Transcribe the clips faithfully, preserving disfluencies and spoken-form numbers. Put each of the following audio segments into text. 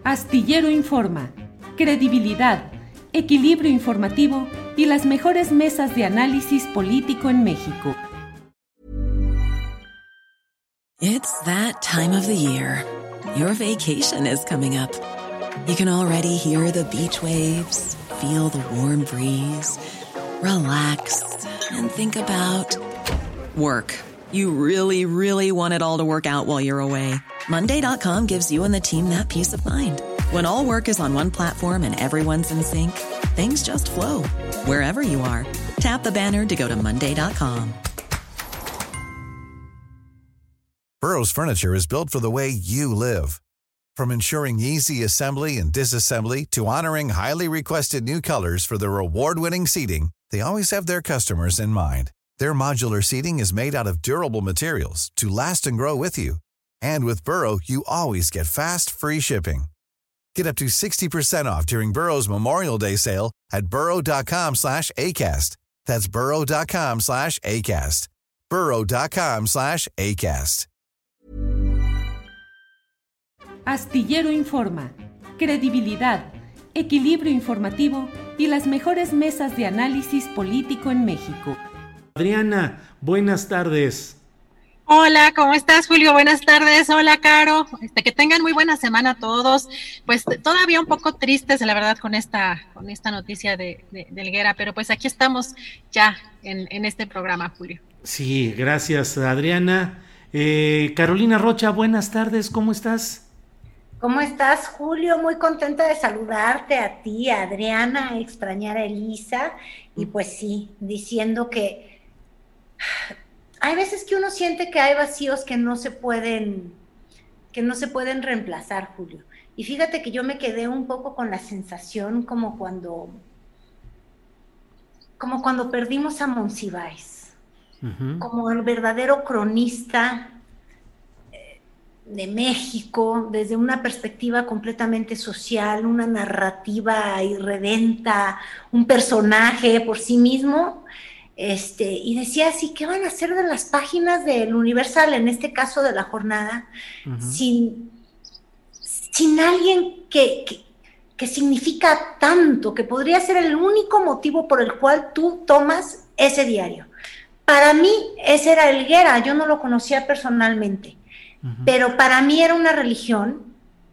Astillero Informa, credibilidad, equilibrio informativo y las mejores mesas de análisis político en México. It's that time of the year. Your vacation is coming up. You can already hear the beach waves, feel the warm breeze, relax, and think about work. You really, really want it all to work out while you're away. Monday dot com gives you and the team that peace of mind. When all work is on one platform and everyone's in sync, things just flow. Wherever you are, tap the banner to go to Monday dot com. Burrow's furniture is built for the way you live. From ensuring easy assembly and disassembly to honoring highly requested new colors for their award-winning seating, they always have their customers in mind. Their modular seating is made out of durable materials to last and grow with you. And with Burrow, you always get fast, free shipping. Get up to sixty percent off during Burrow's Memorial Day sale at burrow.com slash ACAST. That's burrow.com slash ACAST. burrow.com slash ACAST. Astillero Informa, credibilidad, equilibrio informativo y las mejores mesas de análisis político en México. Adriana, buenas tardes. Hola, ¿cómo estás, Julio? Buenas tardes. Hola, Caro. Este, que tengan muy buena semana todos. Pues todavía un poco tristes, la verdad, con esta, con esta noticia de, de, de Helguera, pero pues aquí estamos ya en, en este programa, Julio. Sí, gracias, Adriana. Eh, Carolina Rocha, buenas tardes, ¿cómo estás? ¿Cómo estás, Julio? Muy contenta de saludarte a ti, a Adriana, a extrañar a Elisa, y pues sí, diciendo que hay veces que uno siente que hay vacíos que no se pueden, que no se pueden reemplazar, Julio. Y fíjate que yo me quedé un poco con la sensación como cuando, como cuando perdimos a Monsiváis, uh-huh. como el verdadero cronista de México, desde una perspectiva completamente social, una narrativa irredenta, un personaje por sí mismo, este, y decía así, ¿qué van a hacer de las páginas del Universal, en este caso de La Jornada, uh-huh. sin, sin alguien que, que, que significa tanto, que podría ser el único motivo por el cual tú tomas ese diario? Para mí, ese era Helguera, yo no lo conocía personalmente, uh-huh. pero para mí era una religión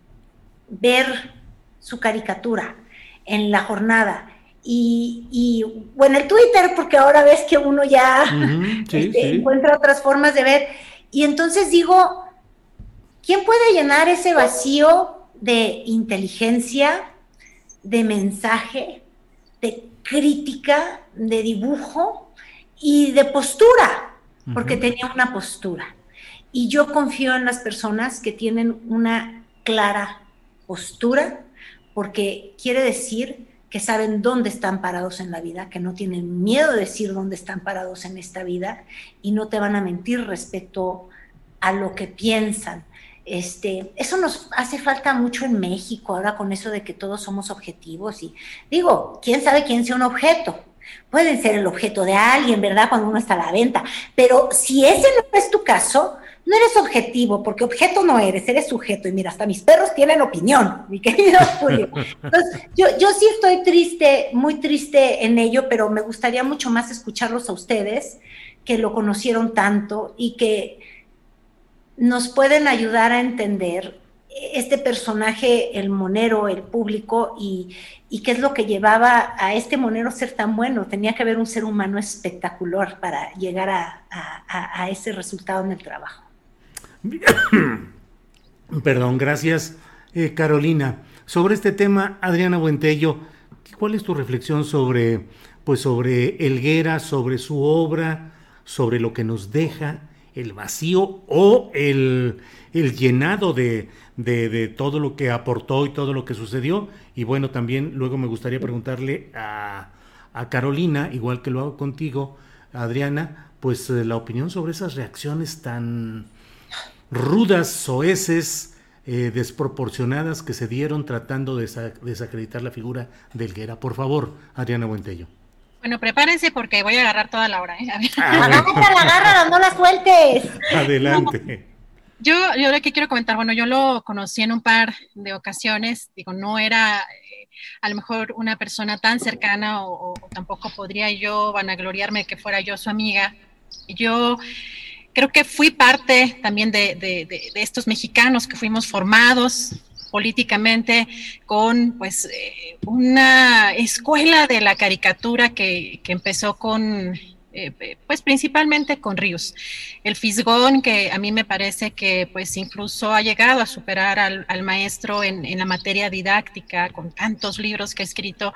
ver su caricatura en La Jornada y, y o en el Twitter, porque ahora ves que uno ya uh-huh. sí, este, sí. encuentra otras formas de ver, y entonces digo, ¿quién puede llenar ese vacío de inteligencia, de mensaje, de crítica, de dibujo y de postura? Porque uh-huh. tenía una postura. Y yo confío en las personas que tienen una clara postura, porque quiere decir que saben dónde están parados en la vida, que no tienen miedo de decir dónde están parados en esta vida y no te van a mentir respecto a lo que piensan. Este, eso nos hace falta mucho en México, ahora con eso de que todos somos objetivos. Y digo, ¿quién sabe quién sea un objeto? Pueden ser el objeto de alguien, ¿verdad? Cuando uno está a la venta. Pero si ese no es tu caso, no eres objetivo, porque objeto no eres, eres sujeto. Y mira, hasta mis perros tienen opinión, mi querido Julio. Entonces, yo, yo sí estoy triste, muy triste en ello, pero me gustaría mucho más escucharlos a ustedes, que lo conocieron tanto y que nos pueden ayudar a entender este personaje, el monero, el público, y, y qué es lo que llevaba a este monero a ser tan bueno. Tenía que haber un ser humano espectacular para llegar a, a, a ese resultado en el trabajo. Perdón, gracias, eh, Carolina. Sobre este tema, Adriana Buentello, ¿cuál es tu reflexión sobre, pues, sobre Helguera, sobre su obra, sobre lo que nos deja, el vacío o el, el llenado de, de, de todo lo que aportó y todo lo que sucedió? Y bueno, también luego me gustaría preguntarle a, a Carolina, igual que lo hago contigo, Adriana, pues eh, la opinión sobre esas reacciones tan rudas, soeces, eh, desproporcionadas que se dieron tratando de desa- desacreditar la figura de Helguera. Por favor, Adriana Buentello. Bueno, prepárense porque voy a agarrar toda la hora, ¿eh? A ver. Ah, agárrala, agárrala, no la sueltes. Adelante. Yo, yo lo que quiero comentar, bueno, yo lo conocí en un par de ocasiones, digo, no era eh, a lo mejor una persona tan cercana o, o tampoco podría yo vanagloriarme de que fuera yo su amiga. Yo creo que fui parte también de, de, de, de estos mexicanos que fuimos formados políticamente con pues eh, una escuela de la caricatura que, que empezó con... Eh, pues principalmente con Ríos. El Fisgón, que a mí me parece que pues incluso ha llegado a superar al, al maestro en, en la materia didáctica, con tantos libros que ha escrito,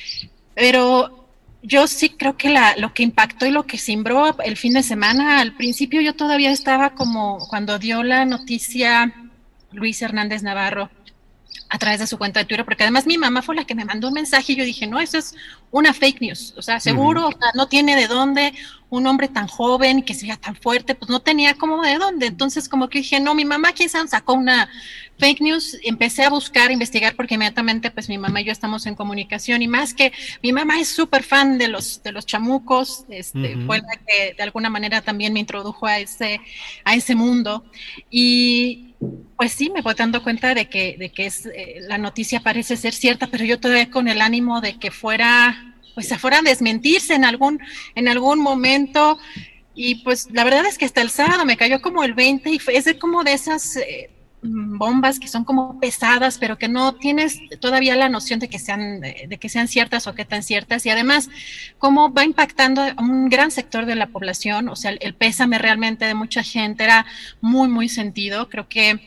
pero yo sí creo que la, lo que impactó y lo que cimbró el fin de semana, al principio yo todavía estaba como cuando dio la noticia Luis Hernández Navarro a través de su cuenta de Twitter, porque además mi mamá fue la que me mandó un mensaje y yo dije, no, eso es una fake news, o sea, seguro, uh-huh. o sea, no tiene de dónde un hombre tan joven y que sea tan fuerte, pues no tenía como de dónde, entonces como que dije, no, mi mamá quizás sacó una fake news, empecé a buscar, a investigar, porque inmediatamente pues mi mamá y yo estamos en comunicación, y más que mi mamá es súper fan de los, de los chamucos, este, uh-huh. fue la que de alguna manera también me introdujo a ese, a ese mundo, y pues sí, me voy dando cuenta de que, de que es, eh, la noticia parece ser cierta, pero yo todavía con el ánimo de que fuera, pues se fuera a desmentirse en algún, en algún momento, y pues la verdad es que hasta el sábado me cayó como el veinte, y fue, es de como de esas eh, bombas que son como pesadas, pero que no tienes todavía la noción de que sean, de que sean ciertas o qué tan ciertas, y además cómo va impactando a un gran sector de la población, o sea, el, el pésame realmente de mucha gente era muy, muy sentido. Creo que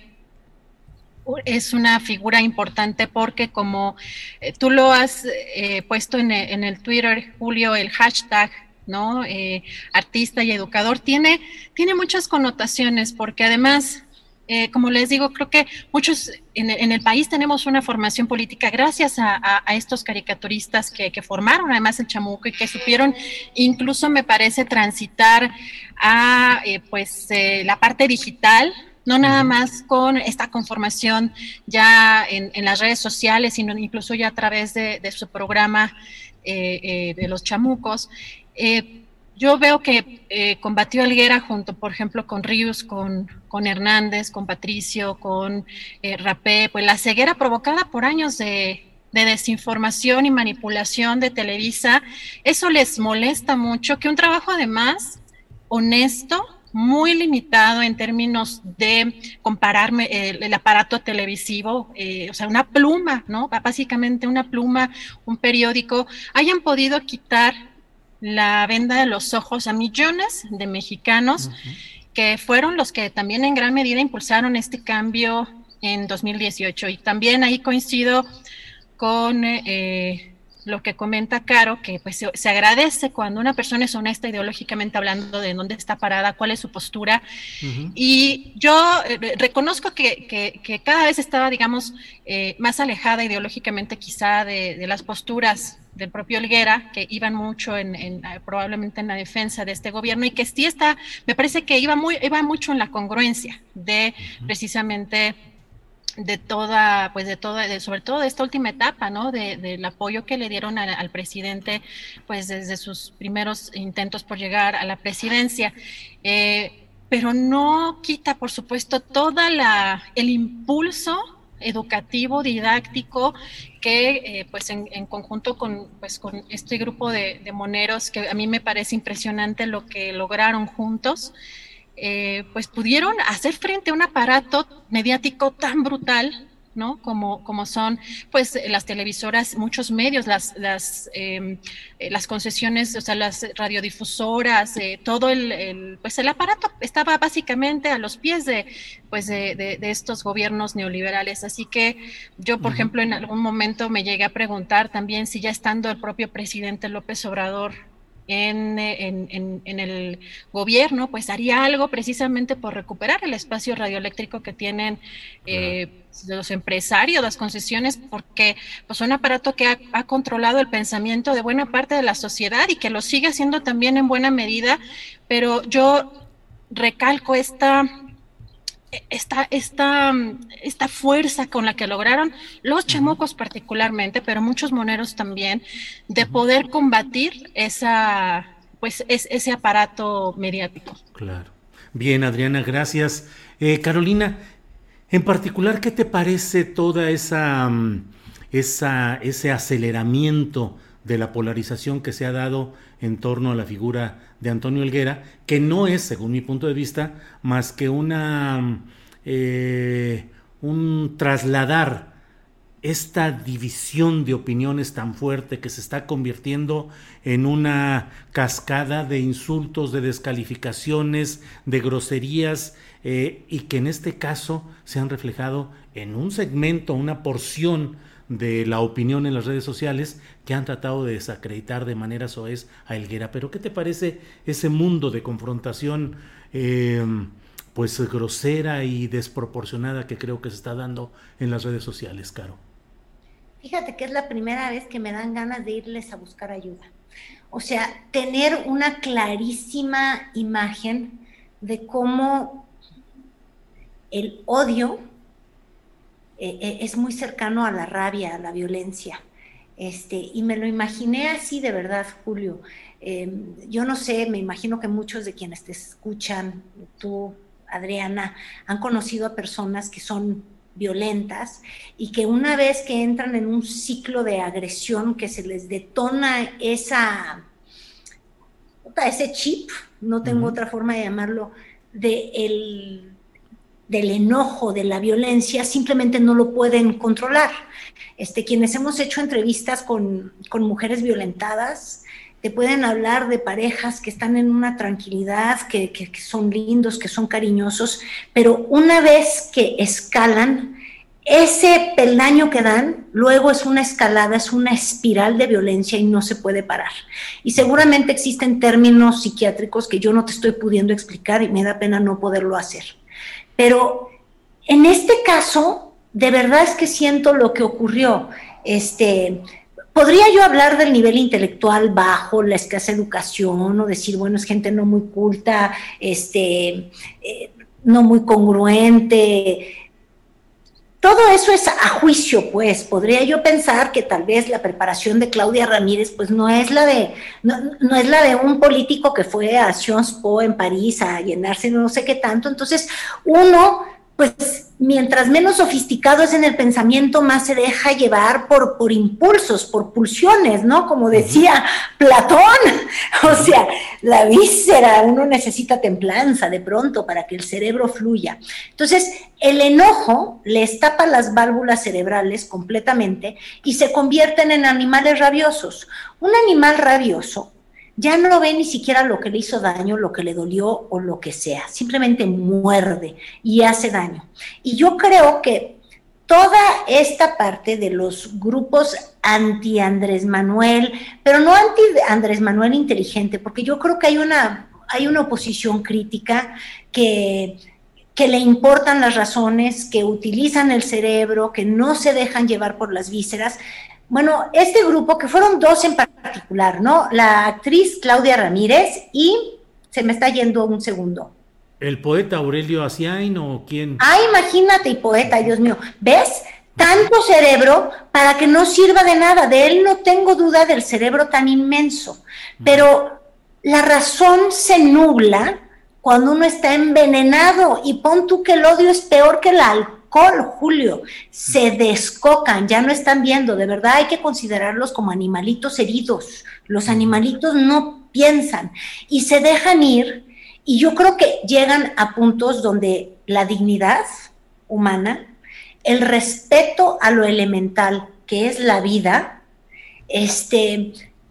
es una figura importante porque como eh, tú lo has eh, puesto en el, en el Twitter, Julio, el hashtag, ¿no? Eh, artista y educador, tiene, tiene muchas connotaciones, porque además, eh, como les digo, creo que muchos en, en el país tenemos una formación política gracias a, a, a estos caricaturistas que, que formaron además el chamuco y que supieron incluso, me parece, transitar a eh, pues eh, la parte digital, no nada más con esta conformación ya en, en las redes sociales, sino incluso ya a través de, de su programa eh, eh, de los chamucos. Eh, yo veo que eh, combatió a Helguera junto, por ejemplo, con Ríos, con, con Hernández, con Patricio, con eh, Rapé, pues la ceguera provocada por años de, de desinformación y manipulación de Televisa. Eso les molesta mucho, que un trabajo además honesto, muy limitado en términos de compararme el, el aparato televisivo, eh, o sea, una pluma, ¿no? Básicamente una pluma, un periódico, hayan podido quitar la venda de los ojos a millones de mexicanos, uh-huh. que fueron los que también en gran medida impulsaron este cambio en dos mil dieciocho. Y también ahí coincido con eh, lo que comenta Caro, que pues se, se agradece cuando una persona es honesta ideológicamente hablando de dónde está parada, cuál es su postura, uh-huh. y yo eh, reconozco que, que, que cada vez estaba, digamos, eh, más alejada ideológicamente quizá de, de las posturas del propio Helguera, que iban mucho en, en probablemente en la defensa de este gobierno, y que sí está, me parece que iba, muy, iba mucho en la congruencia de uh-huh. precisamente de toda, pues de toda, de, sobre todo de esta última etapa, ¿no? De, del apoyo que le dieron a, al presidente, pues desde sus primeros intentos por llegar a la presidencia. Eh, pero no quita, por supuesto, toda la, el impulso educativo, didáctico, que eh, pues en, en conjunto con, pues, con este grupo de, de moneros, que a mí me parece impresionante lo que lograron juntos, Eh, pues pudieron hacer frente a un aparato mediático tan brutal, ¿no? Como, como son pues las televisoras, muchos medios, las, las, eh, las concesiones, o sea, las radiodifusoras, eh, todo el, el, pues el aparato estaba básicamente a los pies de, pues de, de, de estos gobiernos neoliberales. Así que yo, por uh-huh. ejemplo, en algún momento me llegué a preguntar también si ya estando el propio presidente López Obrador En, en, en, en el gobierno, pues haría algo precisamente por recuperar el espacio radioeléctrico que tienen eh, los empresarios, las concesiones, porque pues un aparato que ha, ha controlado el pensamiento de buena parte de la sociedad y que lo sigue haciendo también en buena medida, pero yo recalco esta Esta, esta, esta fuerza con la que lograron los chamucos particularmente, pero muchos moneros también, de poder combatir esa, pues, es, ese aparato mediático. Claro. Bien, Adriana, gracias. Eh, Carolina, en particular, ¿qué te parece toda esa, esa, ese aceleramiento de la polarización que se ha dado en torno a la figura de Antonio Helguera, que no es, según mi punto de vista, más que una eh, un trasladar esta división de opiniones tan fuerte que se está convirtiendo en una cascada de insultos, de descalificaciones, de groserías, eh, y que en este caso se han reflejado en un segmento, una porción de la opinión en las redes sociales que han tratado de desacreditar de manera soez a Helguera. Pero ¿qué te parece ese mundo de confrontación eh, pues grosera y desproporcionada que creo que se está dando en las redes sociales, Caro? Fíjate que es la primera vez que me dan ganas de irles a buscar ayuda. O sea, tener una clarísima imagen de cómo el odio eh, es muy cercano a la rabia, a la violencia. Este, y me lo imaginé así de verdad, Julio. Eh, yo no sé, me imagino que muchos de quienes te escuchan, tú, Adriana, han conocido a personas que son violentas y que una vez que entran en un ciclo de agresión que se les detona esa, ese chip, no tengo uh-huh. otra forma de llamarlo, de el, del enojo, de la violencia, simplemente no lo pueden controlar. Este, quienes hemos hecho entrevistas con, con mujeres violentadas, te pueden hablar de parejas que están en una tranquilidad, que, que, que son lindos, que son cariñosos, pero una vez que escalan, ese peldaño que dan, luego es una escalada, es una espiral de violencia y no se puede parar. Y seguramente existen términos psiquiátricos que yo no te estoy pudiendo explicar y me da pena no poderlo hacer. Pero en este caso, de verdad es que siento lo que ocurrió. Este... Podría yo hablar del nivel intelectual bajo, la escasa educación, o decir, bueno, es gente no muy culta, este, eh, no muy congruente. Todo eso es a juicio, pues. Podría yo pensar que tal vez la preparación de Claudia Ramírez, pues no es la de, no, no es la de un político que fue a Sciences Po en París a llenarse no sé qué tanto. Entonces, uno, pues, mientras menos sofisticado es en el pensamiento, más se deja llevar por, por impulsos, por pulsiones, ¿no? Como decía Platón, o sea, la víscera, uno necesita templanza de pronto para que el cerebro fluya. Entonces, el enojo les tapa las válvulas cerebrales completamente y se convierten en animales rabiosos. Un animal rabioso ya no ve ni siquiera lo que le hizo daño, lo que le dolió o lo que sea, simplemente muerde y hace daño. Y yo creo que toda esta parte de los grupos anti-Andrés Manuel, pero no anti-Andrés Manuel inteligente, porque yo creo que hay una, hay una oposición crítica que... que le importan las razones, que utilizan el cerebro, que no se dejan llevar por las vísceras. Bueno, este grupo, que fueron dos en particular, ¿no? La actriz Claudia Ramírez y, se me está yendo un segundo. ¿El poeta Aurelio Asiain o quién? Ah, imagínate, y poeta, Dios mío. ¿Ves? Tanto cerebro para que no sirva de nada. De él no tengo duda del cerebro tan inmenso. Pero la razón se nubla cuando uno está envenenado, y pon tú que el odio es peor que el alcohol, Julio. Se descocan, ya no están viendo, de verdad hay que considerarlos como animalitos heridos. Los animalitos no piensan y se dejan ir, y yo creo que llegan a puntos donde la dignidad humana, el respeto a lo elemental que es la vida, este...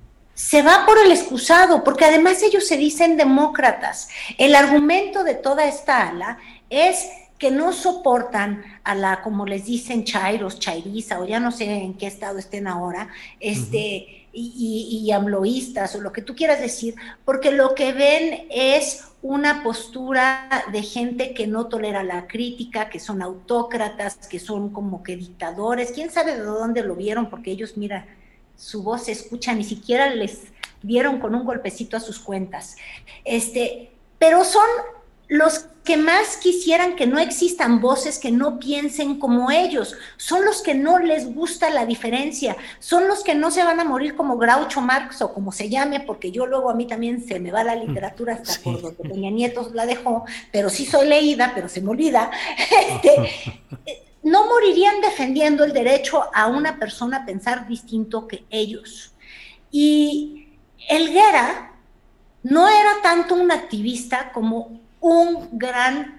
se va por el excusado, porque además ellos se dicen demócratas. El argumento de toda esta ala es que no soportan a la, como les dicen, chairos, chairiza, o ya no sé en qué estado estén ahora, este, uh-huh. y, y, y amloístas, o lo que tú quieras decir, porque lo que ven es una postura de gente que no tolera la crítica, que son autócratas, que son como que dictadores, quién sabe de dónde lo vieron, porque ellos, mira, su voz se escucha, ni siquiera les dieron con un golpecito a sus cuentas. Este, pero son los que más quisieran que no existan voces que no piensen como ellos, son los que no les gusta la diferencia, son los que no se van a morir como Groucho Marx o como se llame, porque yo luego a mí también se me va la literatura hasta sí. por donde Peña Nieto la dejó, pero sí soy leída, pero se me olvida. Este, no morirían defendiendo el derecho a una persona a pensar distinto que ellos. Y Helguera no era tanto un activista como un gran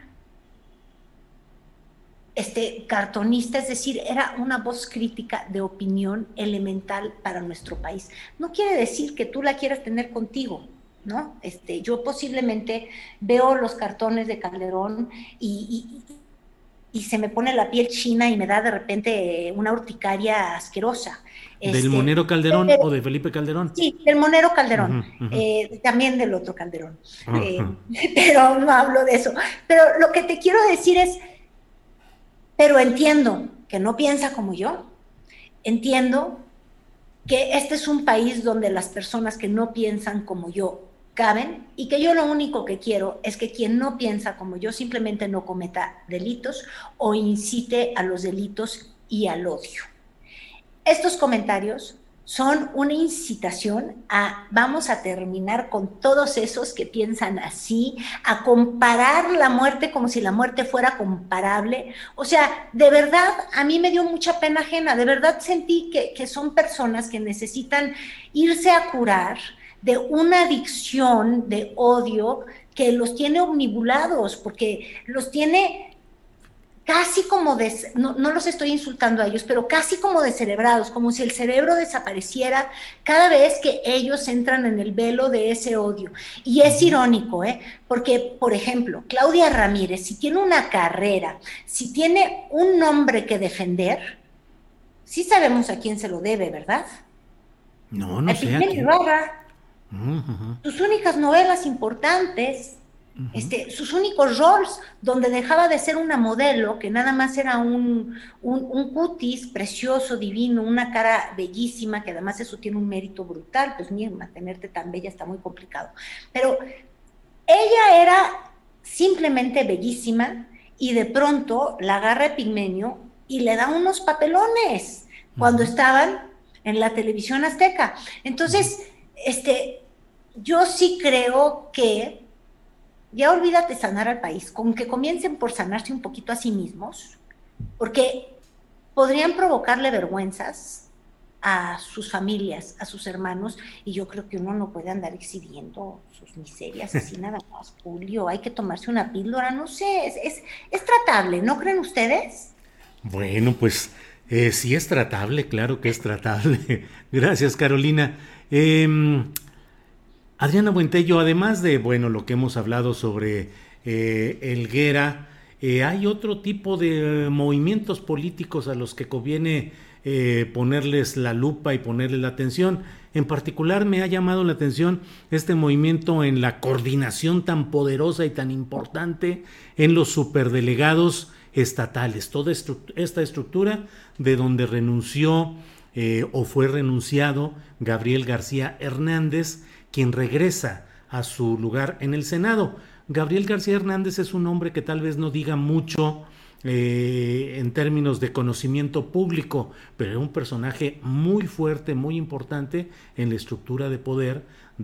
este, cartonista, es decir, era una voz crítica de opinión elemental para nuestro país. No quiere decir que tú la quieras tener contigo, ¿no? Este, yo posiblemente veo los cartones de Calderón y, y, y se me pone la piel china y me da de repente una urticaria asquerosa. ¿Del este, Monero Calderón pero, o de Felipe Calderón? Sí, del Monero Calderón, uh-huh, uh-huh. Eh, también del otro Calderón, uh-huh. eh, pero no hablo de eso. Pero lo que te quiero decir es, pero entiendo que no piensa como yo, entiendo que este es un país donde las personas que no piensan como yo caben y que yo lo único que quiero es que quien no piensa como yo simplemente no cometa delitos o incite a los delitos y al odio. Estos comentarios son una incitación a vamos a terminar con todos esos que piensan así, a comparar la muerte como si la muerte fuera comparable. O sea, de verdad, a mí me dio mucha pena ajena, de verdad sentí que, que son personas que necesitan irse a curar de una adicción de odio que los tiene omnibulados, porque los tiene casi como, de, no, no los estoy insultando a ellos, pero casi como descerebrados, como si el cerebro desapareciera cada vez que ellos entran en el velo de ese odio. Y es irónico, ¿eh? Porque, por ejemplo, Claudia Ramírez, si tiene una carrera, si tiene un nombre que defender, sí sabemos a quién se lo debe, ¿verdad? No, no sé. Uh-huh. Sus únicas novelas importantes, Uh-huh. Este, sus únicos roles, donde dejaba de ser una modelo, que nada más era un, un, un cutis precioso, divino, una cara bellísima, que además eso tiene un mérito brutal, pues mira, mantenerte tan bella está muy complicado. Pero ella era simplemente bellísima y de pronto la agarra Epigmenio y le da unos papelones uh-huh. cuando estaban en la televisión azteca. Entonces, uh-huh. este, yo sí creo que ya olvídate sanar al país, con que comiencen por sanarse un poquito a sí mismos, porque podrían provocarle vergüenzas a sus familias, a sus hermanos, y yo creo que uno no puede andar exhibiendo sus miserias así nada más, Julio, hay que tomarse una píldora, no sé, es, es, es tratable, ¿no creen ustedes? Bueno, pues eh, sí es tratable, claro que es tratable. Gracias, Carolina. Eh, Adriana Buentello, además de, bueno, lo que hemos hablado sobre eh, Helguera, eh, hay otro tipo de movimientos políticos a los que conviene eh, ponerles la lupa y ponerles la atención. En particular me ha llamado la atención este movimiento en la coordinación tan poderosa y tan importante en los superdelegados estatales, toda estru- esta estructura de donde renunció eh, o fue renunciado Gabriel García Hernández, quien regresa a su lugar en el Senado. Gabriel García Hernández es un hombre que tal vez no diga mucho eh, en términos de conocimiento público, pero es un personaje muy fuerte, muy importante en la estructura de poder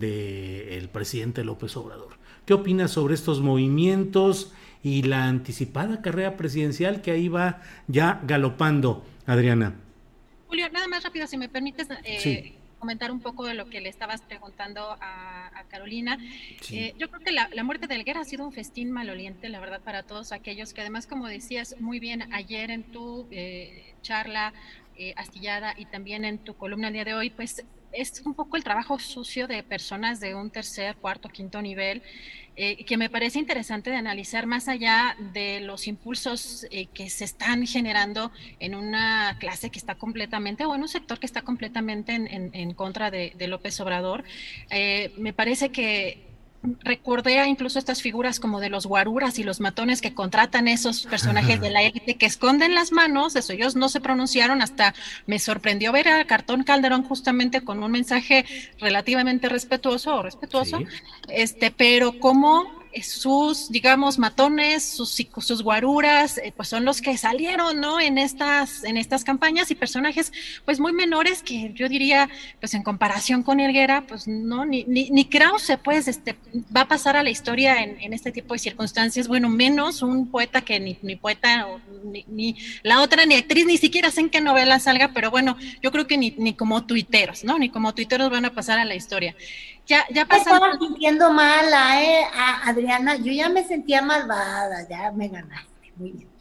del presidente López Obrador. ¿Qué opinas sobre estos movimientos y la anticipada carrera presidencial que ahí va ya galopando, Adriana? Julio, nada más rápido, si me permites... Eh... Sí. comentar un poco de lo que le estabas preguntando a, a Carolina. Sí. Eh, yo creo que la, la muerte de Helguera ha sido un festín maloliente, la verdad, para todos aquellos que además, como decías muy bien ayer en tu eh, charla eh, astillada y también en tu columna el día de hoy, pues es un poco el trabajo sucio de personas de un tercer, cuarto, quinto nivel, eh, que me parece interesante de analizar más allá de los impulsos eh, que se están generando en una clase que está completamente, o en un sector que está completamente en, en, en contra de, de López Obrador. Eh, me parece que recordé a incluso estas figuras como de los guaruras y los matones que contratan esos personajes de la élite que esconden las manos, eso ellos no se pronunciaron, hasta me sorprendió ver a Cartón Calderón justamente con un mensaje relativamente respetuoso o respetuoso, sí. este, pero cómo sus, digamos, matones, sus, sus guaruras, eh, pues son los que salieron, ¿no? En estas, en estas campañas, y personajes, pues muy menores que yo diría, pues en comparación con Helguera, pues no, ni, ni, ni Krause, pues, este, va a pasar a la historia en, en este tipo de circunstancias, bueno, menos un poeta que ni, ni poeta, o ni, ni la otra, ni actriz, ni siquiera sé en qué novela salga, pero bueno, yo creo que ni, ni como tuiteros, ¿no? Ni como tuiteros van a pasar a la historia. Ya, ya pasando... Me estaba sintiendo mala, ¿eh, Adriana? Yo ya me sentía malvada, ya me ganaste. Muy bien.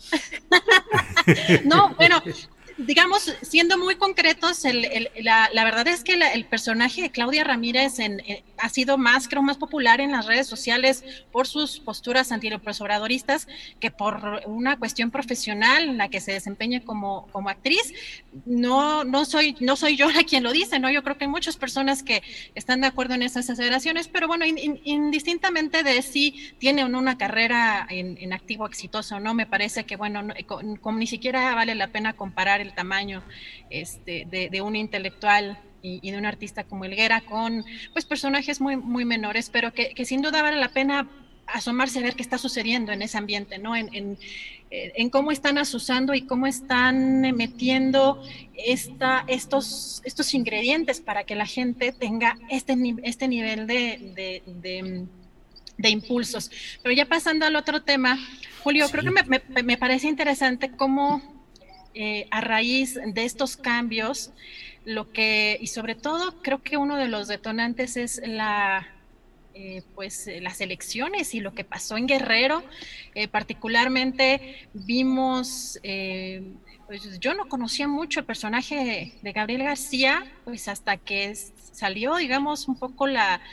No, bueno, digamos, siendo muy concretos, el, el, la, la verdad es que la, el personaje de Claudia Ramírez en, eh, ha sido más, creo, más popular en las redes sociales por sus posturas antiobservadoristas que por una cuestión profesional en la que se desempeña como, como actriz. No, no soy, no soy yo la quien lo dice, ¿no? Yo creo que hay muchas personas que están de acuerdo en esas aseveraciones, pero bueno, in, in, indistintamente de si tiene o no una carrera en, en activo exitoso, ¿no? Me parece que, bueno, no, con, con, ni siquiera vale la pena comparar el tamaño este, de, de un intelectual y, y de un artista como Helguera con pues personajes muy, muy menores, pero que, que sin duda vale la pena asomarse a ver qué está sucediendo en ese ambiente, ¿no? En, en, en cómo están asusando y cómo están metiendo esta, estos, estos ingredientes para que la gente tenga este, este nivel de, de, de, de impulsos. Pero ya pasando al otro tema, Julio, sí. creo que me, me, me parece interesante cómo Eh, a raíz de estos cambios, lo que, y sobre todo creo que uno de los detonantes es la, eh, pues las elecciones y lo que pasó en Guerrero, eh, particularmente vimos, eh, pues yo no conocía mucho el personaje de, de Gabriel García, pues hasta que salió, digamos, un poco la,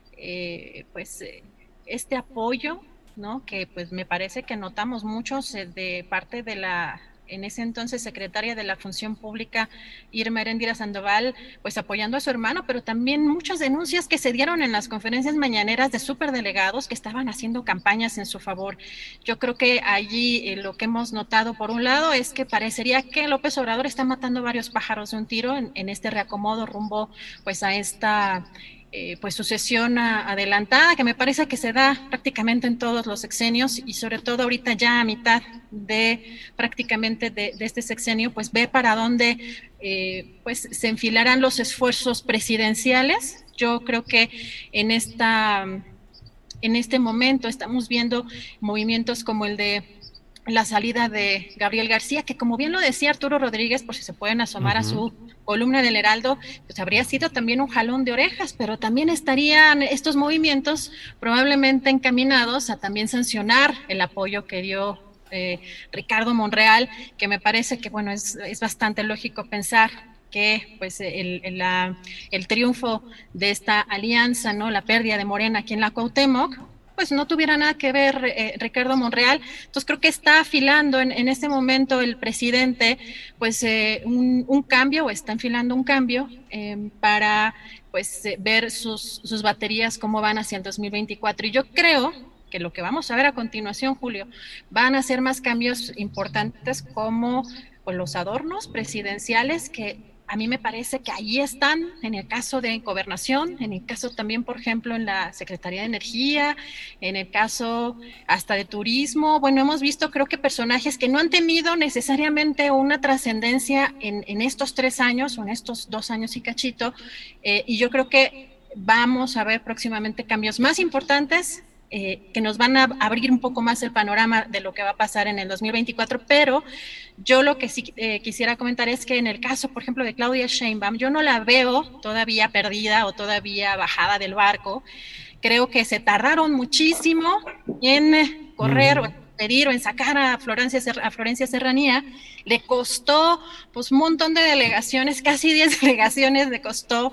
eh, pues este apoyo, ¿no? Que pues me parece que notamos muchos de parte de la en ese entonces secretaria de la Función Pública, Irma Heréndira Sandoval, pues apoyando a su hermano, pero también muchas denuncias que se dieron en las conferencias mañaneras de superdelegados que estaban haciendo campañas en su favor. Yo creo que allí eh, lo que hemos notado, por un lado, es que parecería que López Obrador está matando varios pájaros de un tiro en, en este reacomodo rumbo pues a esta Eh, pues sucesión a, adelantada, que me parece que se da prácticamente en todos los sexenios y sobre todo ahorita ya a mitad de prácticamente de, de este sexenio, pues ve para dónde eh, pues se enfilarán los esfuerzos presidenciales. Yo creo que en esta en este momento estamos viendo movimientos como el de la salida de Gabriel García, que como bien lo decía Arturo Rodríguez, por si se pueden asomar uh-huh. a su columna del Heraldo, pues habría sido también un jalón de orejas, pero también estarían estos movimientos probablemente encaminados a también sancionar el apoyo que dio eh, Ricardo Monreal, que me parece que, bueno, es, es bastante lógico pensar que pues el, el, la, el triunfo de esta alianza, ¿no? La pérdida de Morena aquí en la Cuauhtémoc, pues no tuviera nada que ver eh, Ricardo Monreal. Entonces creo que está afilando en, en este momento el presidente pues eh, un, un cambio, o está enfilando un cambio eh, para pues eh, ver sus, sus baterías cómo van hacia el dos mil veinticuatro. Y yo creo que lo que vamos a ver a continuación, Julio, van a ser más cambios importantes como pues, los adornos presidenciales que a mí me parece que ahí están, en el caso de Gobernación, en el caso también, por ejemplo, en la Secretaría de Energía, en el caso hasta de Turismo. Bueno, hemos visto, creo que personajes que no han tenido necesariamente una trascendencia en, en estos tres años, o en estos dos años y cachito, eh, y yo creo que vamos a ver próximamente cambios más importantes, Eh, que nos van a abrir un poco más el panorama de lo que va a pasar en el dos mil veinticuatro, pero yo lo que sí eh, quisiera comentar es que en el caso, por ejemplo, de Claudia Sheinbaum, yo no la veo todavía perdida o todavía bajada del barco. Creo que se tardaron muchísimo en correr mm. o pedir o en sacar a Florencia, a Florencia Serranía. Le costó pues un montón de delegaciones, casi diez delegaciones le costó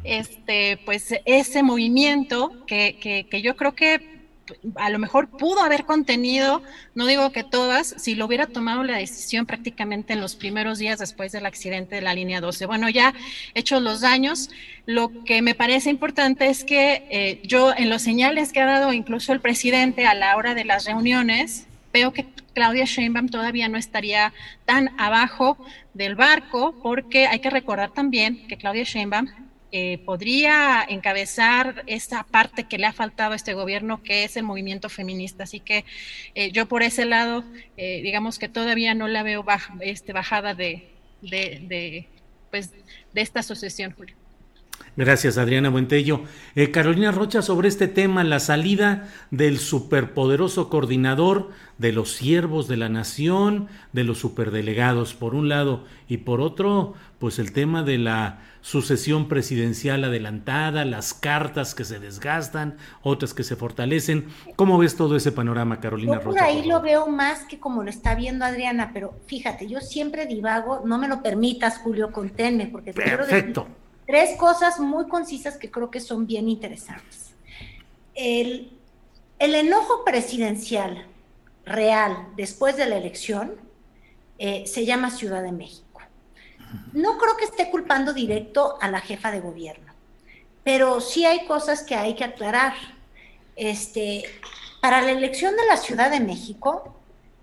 este pues ese movimiento que, que, que yo creo que a lo mejor pudo haber contenido, no digo que todas, si lo hubiera tomado la decisión prácticamente en los primeros días después del accidente de la línea doce. Bueno, ya hechos los daños, lo que me parece importante es que eh, yo en los señales que ha dado incluso el presidente a la hora de las reuniones, veo que Claudia Sheinbaum todavía no estaría tan abajo del barco, porque hay que recordar también que Claudia Sheinbaum eh, podría encabezar esta parte que le ha faltado a este gobierno, que es el movimiento feminista. Así que eh, yo por ese lado, eh, digamos que todavía no la veo baja, este, bajada de, de, de, pues, de esta asociación, Julio. Gracias, Adriana Buentello. Eh, Carolina Rocha, sobre este tema, la salida del superpoderoso coordinador de los siervos de la nación, de los superdelegados, por un lado, y por otro, pues el tema de la sucesión presidencial adelantada, las cartas que se desgastan, otras que se fortalecen. ¿Cómo ves todo ese panorama, Carolina Rocha? Por Rocha? ahí por lo veo más que como lo está viendo Adriana, pero fíjate, yo siempre divago, no me lo permitas, Julio, conténme, porque te quiero decir tres cosas muy concisas que creo que son bien interesantes. El, el enojo presidencial real después de la elección eh, se llama Ciudad de México. No creo que esté culpando directo a la jefa de gobierno, pero sí hay cosas que hay que aclarar. Este, para la elección de la Ciudad de México,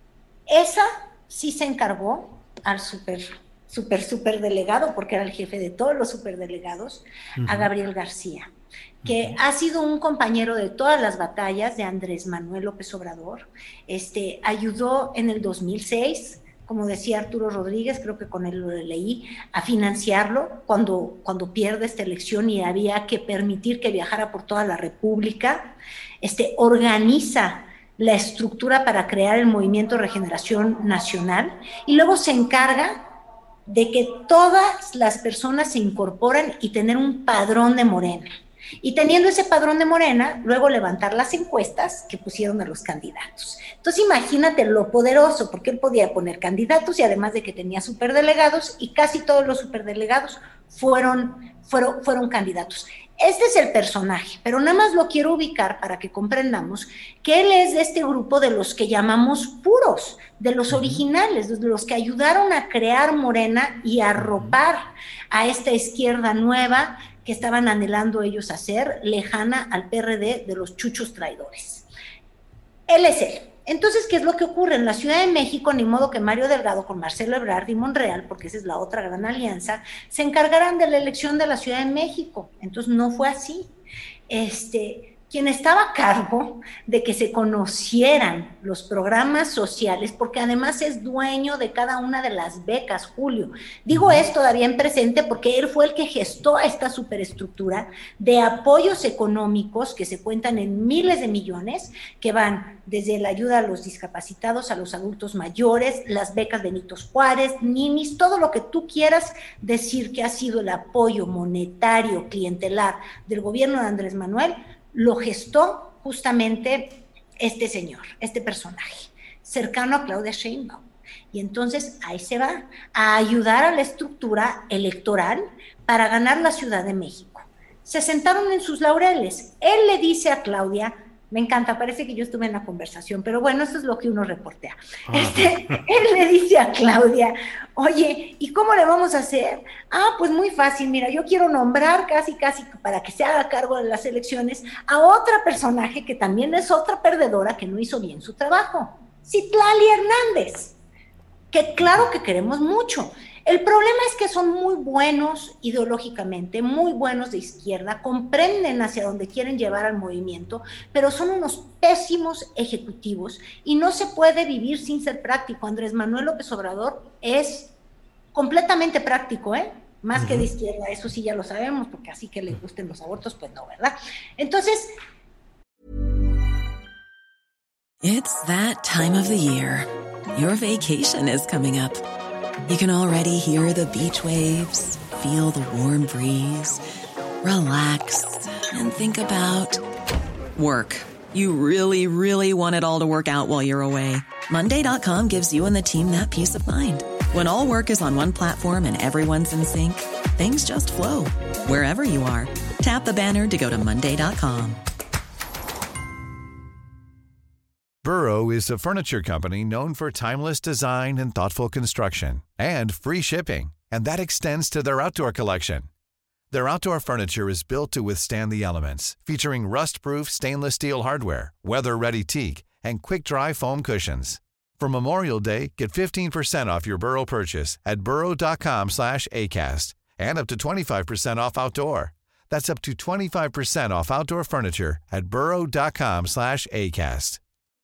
esa sí se encargó al super super, super delegado, porque era el jefe de todos los superdelegados, uh-huh. a Gabriel García, que uh-huh. ha sido un compañero de todas las batallas de Andrés Manuel López Obrador. Este, ayudó en el dos mil seis, como decía Arturo Rodríguez, creo que con él lo leí, a financiarlo cuando, cuando pierde esta elección y había que permitir que viajara por toda la República. Este, organiza la estructura para crear el Movimiento de Regeneración Nacional y luego se encarga de que todas las personas se incorporen y tener un padrón de Morena. Y teniendo ese padrón de Morena, luego levantar las encuestas que pusieron a los candidatos. Entonces imagínate lo poderoso, porque él podía poner candidatos y además de que tenía superdelegados, y casi todos los superdelegados fueron, fueron, fueron candidatos. Este es el personaje, pero nada más lo quiero ubicar para que comprendamos que él es de este grupo de los que llamamos puros, de los originales, de los que ayudaron a crear Morena y a arropar a esta izquierda nueva que estaban anhelando ellos hacer, lejana al P R D de los chuchos traidores. Él es él. Entonces, ¿qué es lo que ocurre? En la Ciudad de México, ni modo que Mario Delgado con Marcelo Ebrard y Monreal, porque esa es la otra gran alianza, se encargarán de la elección de la Ciudad de México. Entonces, no fue así. Este, quien estaba a cargo de que se conocieran los programas sociales, porque además es dueño de cada una de las becas, Julio. Digo esto todavía en presente porque él fue el que gestó a esta superestructura de apoyos económicos que se cuentan en miles de millones, que van desde la ayuda a los discapacitados, a los adultos mayores, las becas Benito Juárez, ninis, todo lo que tú quieras decir que ha sido el apoyo monetario, clientelar del gobierno de Andrés Manuel, lo gestó justamente este señor, este personaje, cercano a Claudia Sheinbaum. Y entonces ahí se va a ayudar a la estructura electoral para ganar la Ciudad de México. Se sentaron en sus laureles. Él le dice a Claudia, me encanta, parece que yo estuve en la conversación, pero bueno, eso es lo que uno reportea. Este, él le dice a Claudia, oye, ¿y cómo le vamos a hacer? Ah, pues muy fácil, mira, yo quiero nombrar casi, casi para que se haga cargo de las elecciones a otra personaje que también es otra perdedora que no hizo bien su trabajo, Citlali Hernández, que claro que queremos mucho. El problema es que son muy buenos ideológicamente, muy buenos de izquierda, comprenden hacia dónde quieren llevar al movimiento, pero son unos pésimos ejecutivos y no se puede vivir sin ser práctico. Andrés Manuel López Obrador es completamente práctico, ¿eh? Más uh-huh. que de izquierda, eso sí ya lo sabemos, porque así que le gusten los abortos, pues no, ¿verdad? Entonces... It's that time of the year. Your vacation is coming up. You can already hear the beach waves, feel the warm breeze, relax, and think about work. You really, really want it all to work out while you're away. Monday dot com gives you and the team that peace of mind. When all work is on one platform and everyone's in sync, things just flow. Wherever you are, tap the banner to go to Monday dot com. Burrow is a furniture company known for timeless design and thoughtful construction, and free shipping, and that extends to their outdoor collection. Their outdoor furniture is built to withstand the elements, featuring rust-proof stainless steel hardware, weather-ready teak, and quick-dry foam cushions. For Memorial Day, get fifteen percent off your Burrow purchase at burrow dot com slash A cast, and up to twenty-five percent off outdoor. That's up to twenty-five percent off outdoor furniture at burrow.com slash ACAST.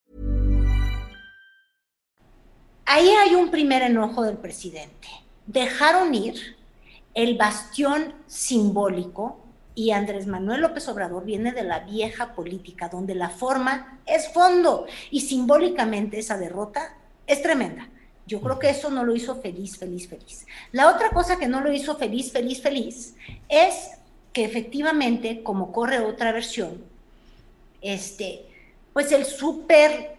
Ahí hay un primer enojo del presidente. Dejaron ir el bastión simbólico, y Andrés Manuel López Obrador viene de la vieja política, donde la forma es fondo, y simbólicamente esa derrota es tremenda. Yo creo que eso no lo hizo feliz, feliz, feliz. La otra cosa que no lo hizo feliz, feliz, feliz, es que efectivamente, como corre otra versión, este, pues el súper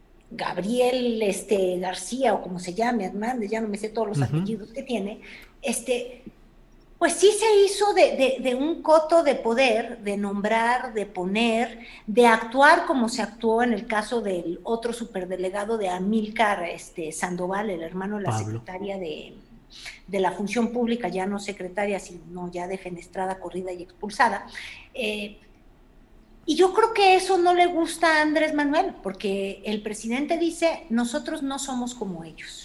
Gabriel este, García, o como se llame, Hernández, ya no me sé todos los uh-huh. apellidos que tiene, este, pues sí se hizo de, de, de un coto de poder, de nombrar, de poner, de actuar como se actuó en el caso del otro superdelegado de Amílcar este, Sandoval, el hermano de la Pablo. secretaria de, de la Función Pública, ya no secretaria, sino ya defenestrada, corrida y expulsada. Eh, y yo creo que eso no le gusta a Andrés Manuel, porque el presidente dice, nosotros no somos como ellos.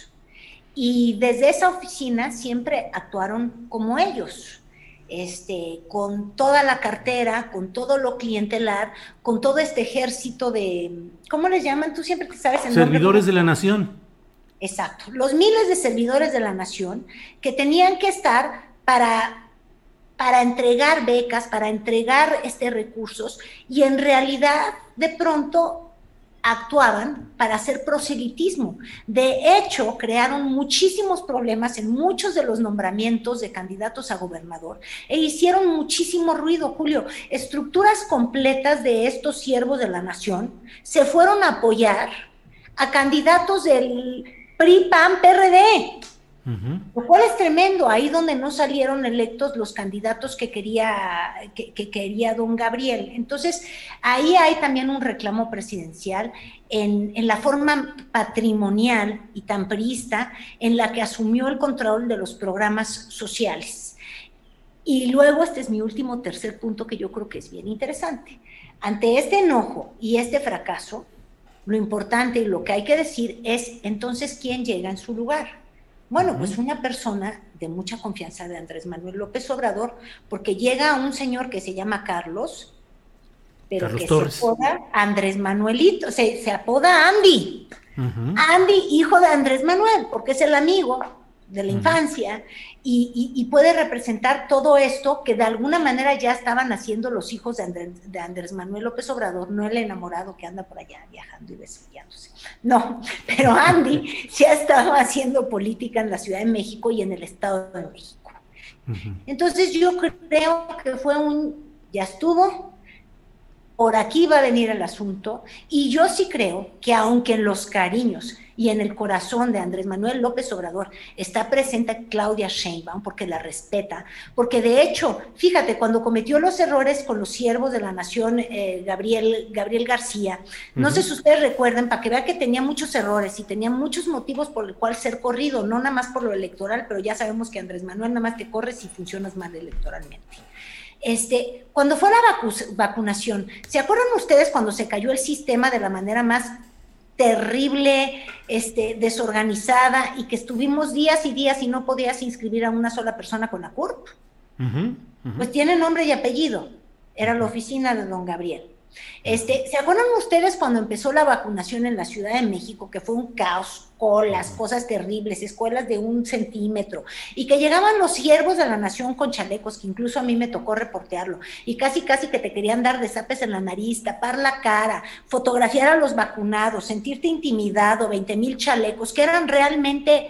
Y desde esa oficina siempre actuaron como ellos, este, con toda la cartera, con todo lo clientelar, con todo este ejército de, ¿cómo les llaman? Tú siempre te sabes el nombre. Servidores de la nación. Exacto, los miles de servidores de la nación que tenían que estar para, para entregar becas, para entregar este, recursos, y en realidad de pronto actuaban para hacer proselitismo. De hecho, crearon muchísimos problemas en muchos de los nombramientos de candidatos a gobernador e hicieron muchísimo ruido, Julio. Estructuras completas de estos siervos de la nación se fueron a apoyar a candidatos del P R I, P A N, P R D. Uh-huh. Lo cual es tremendo, ahí donde no salieron electos los candidatos que quería, que, que quería don Gabriel. Entonces, ahí hay también un reclamo presidencial en, en la forma patrimonial y tan priista en la que asumió el control de los programas sociales. Y luego, este es mi último tercer punto que yo creo que es bien interesante. Ante este enojo y este fracaso, lo importante y lo que hay que decir es, entonces, ¿quién llega en su lugar? Bueno, pues una persona de mucha confianza de Andrés Manuel López Obrador, porque llega un señor que se llama Carlos, pero Carlos que Torres. se apoda Andrés Manuelito, se, se apoda Andy. Uh-huh. Andy, hijo de Andrés Manuel, porque es el amigo de la uh-huh. infancia, y, y, y puede representar todo esto que de alguna manera ya estaban haciendo los hijos de Andrés, de Andrés Manuel López Obrador, no el enamorado que anda por allá viajando y besuqueándose. No, pero Andy sí ha estado haciendo política en la Ciudad de México y en el Estado de México. Uh-huh. Entonces yo creo que fue un, ya estuvo, por aquí va a venir el asunto, y yo sí creo que aunque en los cariños y en el corazón de Andrés Manuel López Obrador está presente Claudia Sheinbaum, porque la respeta, porque de hecho, fíjate, cuando cometió los errores con los siervos de la nación, eh, Gabriel, Gabriel García, uh-huh. no sé si ustedes recuerdan, para que vean que tenía muchos errores y tenía muchos motivos por el cual ser corrido, no nada más por lo electoral, pero ya sabemos que Andrés Manuel nada más te corre si funcionas mal electoralmente. Este, cuando fue la vacu- vacunación, ¿se acuerdan ustedes cuando se cayó el sistema de la manera más terrible, este, desorganizada, y que estuvimos días y días y no podías inscribir a una sola persona con la C U R P? Uh-huh, uh-huh. Pues tiene nombre y apellido, era la oficina de don Gabriel. Este, ¿se acuerdan ustedes cuando empezó la vacunación en la Ciudad de México, que fue un caos, colas, cosas terribles, escuelas de un centímetro, y que llegaban los siervos de la nación con chalecos, que incluso a mí me tocó reportearlo, y casi casi que te querían dar desapes en la nariz, tapar la cara, fotografiar a los vacunados, sentirte intimidado, veinte mil chalecos, que eran realmente,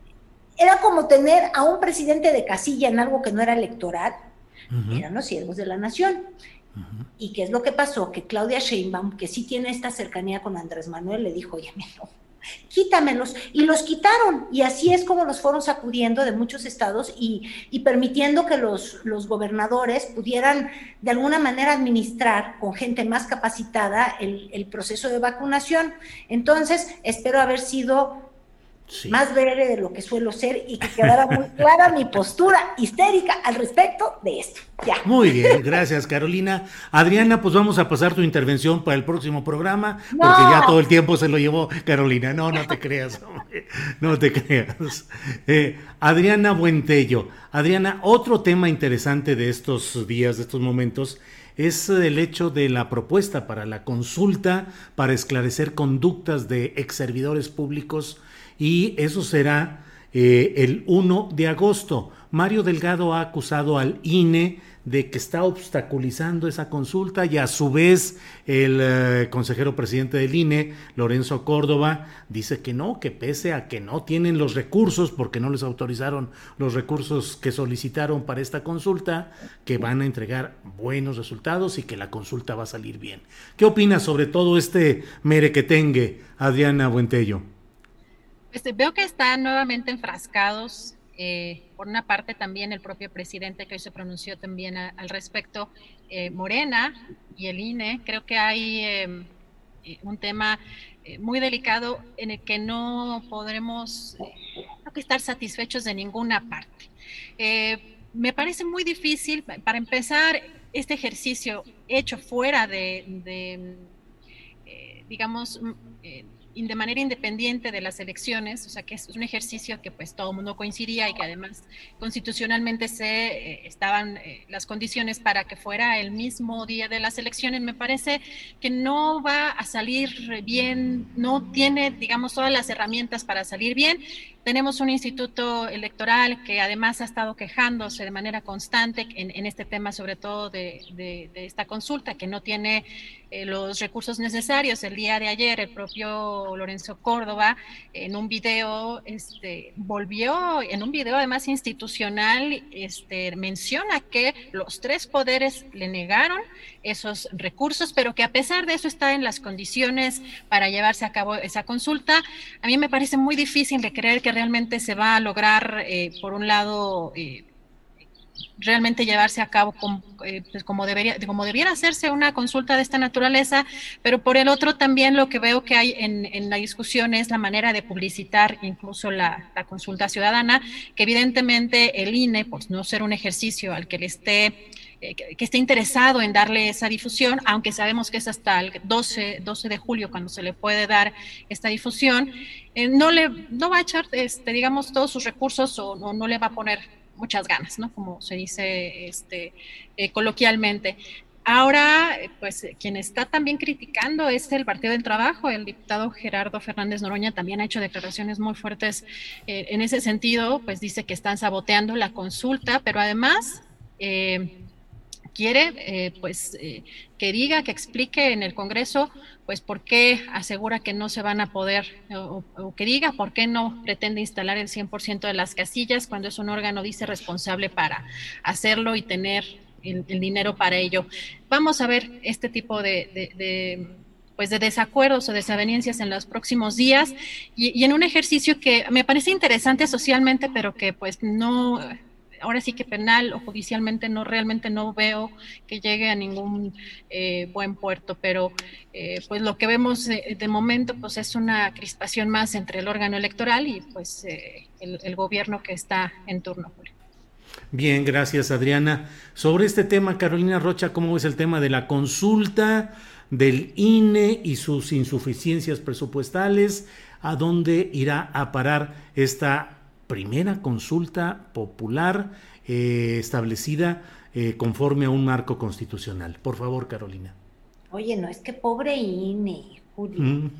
era como tener a un presidente de casilla en algo que no era electoral? Uh-huh. Eran los siervos de la nación. Uh-huh. ¿Y qué es lo que pasó? Que Claudia Sheinbaum, que sí tiene esta cercanía con Andrés Manuel, le dijo, oye, no, quítamelos, y los quitaron, y así es como los fueron sacudiendo de muchos estados y, y permitiendo que los, los gobernadores pudieran de alguna manera administrar con gente más capacitada el, el proceso de vacunación. Entonces, espero haber sido sí. más breve de lo que suelo ser y que quedara muy clara mi postura histérica al respecto de esto. Ya. Muy bien, gracias Carolina. Adriana, pues vamos a pasar tu intervención para el próximo programa, no. porque ya todo el tiempo se lo llevó Carolina. No, no te creas, hombre, no te creas. Eh, Adriana Buentello. Adriana, otro tema interesante de estos días, de estos momentos, es el hecho de la propuesta para la consulta para esclarecer conductas de exservidores públicos, y eso será eh, el primero de agosto. Mario Delgado ha acusado al I N E de que está obstaculizando esa consulta, y a su vez el eh, consejero presidente del I N E, Lorenzo Córdoba, dice que no, que pese a que no tienen los recursos, porque no les autorizaron los recursos que solicitaron para esta consulta, que van a entregar buenos resultados y que la consulta va a salir bien. ¿Qué opinas sobre todo este merequetengue, Adriana Buentello? Este, veo que están nuevamente enfrascados. Eh, por una parte también el propio presidente, que hoy se pronunció también a, al respecto, eh, Morena y el I N E, creo que hay eh, un tema eh, muy delicado en el que no podremos eh, no que estar satisfechos de ninguna parte. Eh, me parece muy difícil, para empezar, este ejercicio hecho fuera de, de eh, digamos, eh, de manera independiente de las elecciones, o sea que es un ejercicio que pues todo el mundo coincidía y que además constitucionalmente se eh, estaban eh, las condiciones para que fuera el mismo día de las elecciones. Me parece que no va a salir bien, no tiene, digamos, todas las herramientas para salir bien. Tenemos un instituto electoral que además ha estado quejándose de manera constante en, en este tema, sobre todo de, de, de esta consulta, que no tiene eh, los recursos necesarios. El día de ayer, el propio Lorenzo Córdoba, en un video, este, volvió, en un video además institucional, este, menciona que los tres poderes le negaron esos recursos, pero que a pesar de eso está en las condiciones para llevarse a cabo esa consulta. A mí me parece muy difícil de creer que realmente se va a lograr, eh, por un lado, eh, realmente llevarse a cabo como, eh, pues como, debería, como debiera hacerse una consulta de esta naturaleza, pero por el otro también lo que veo que hay en, en la discusión es la manera de publicitar incluso la, la consulta ciudadana, que evidentemente el I N E, pues no ser un ejercicio al que le esté Eh, que, que esté interesado en darle esa difusión, aunque sabemos que es hasta el doce de julio cuando se le puede dar esta difusión, eh, no le no va a echar, este, digamos, todos sus recursos o no, no le va a poner muchas ganas, ¿no? Como se dice este, eh, coloquialmente. Ahora, pues quien está también criticando es el Partido del Trabajo. El diputado Gerardo Fernández Noroña también ha hecho declaraciones muy fuertes eh, en ese sentido, pues dice que están saboteando la consulta, pero además eh, quiere eh, pues eh, que diga, que explique en el Congreso pues por qué asegura que no se van a poder, o, o que diga por qué no pretende instalar el cien por ciento de las casillas cuando es un órgano, dice, responsable para hacerlo y tener el, el dinero para ello. Vamos a ver este tipo de, de, de pues de desacuerdos o desavenencias en los próximos días y, y en un ejercicio que me parece interesante socialmente, pero que pues no... ahora sí que penal o judicialmente no, realmente no veo que llegue a ningún eh, buen puerto, pero eh, pues lo que vemos eh, de momento pues es una crispación más entre el órgano electoral y pues eh, el, el gobierno que está en turno. Bien, gracias Adriana. Sobre este tema, Carolina Rocha, ¿cómo ves el tema de la consulta del I N E y sus insuficiencias presupuestales? ¿A dónde irá a parar esta primera consulta popular eh, establecida eh, conforme a un marco constitucional? Por favor, Carolina. Oye, no, es que pobre I N E, Julio. Mm.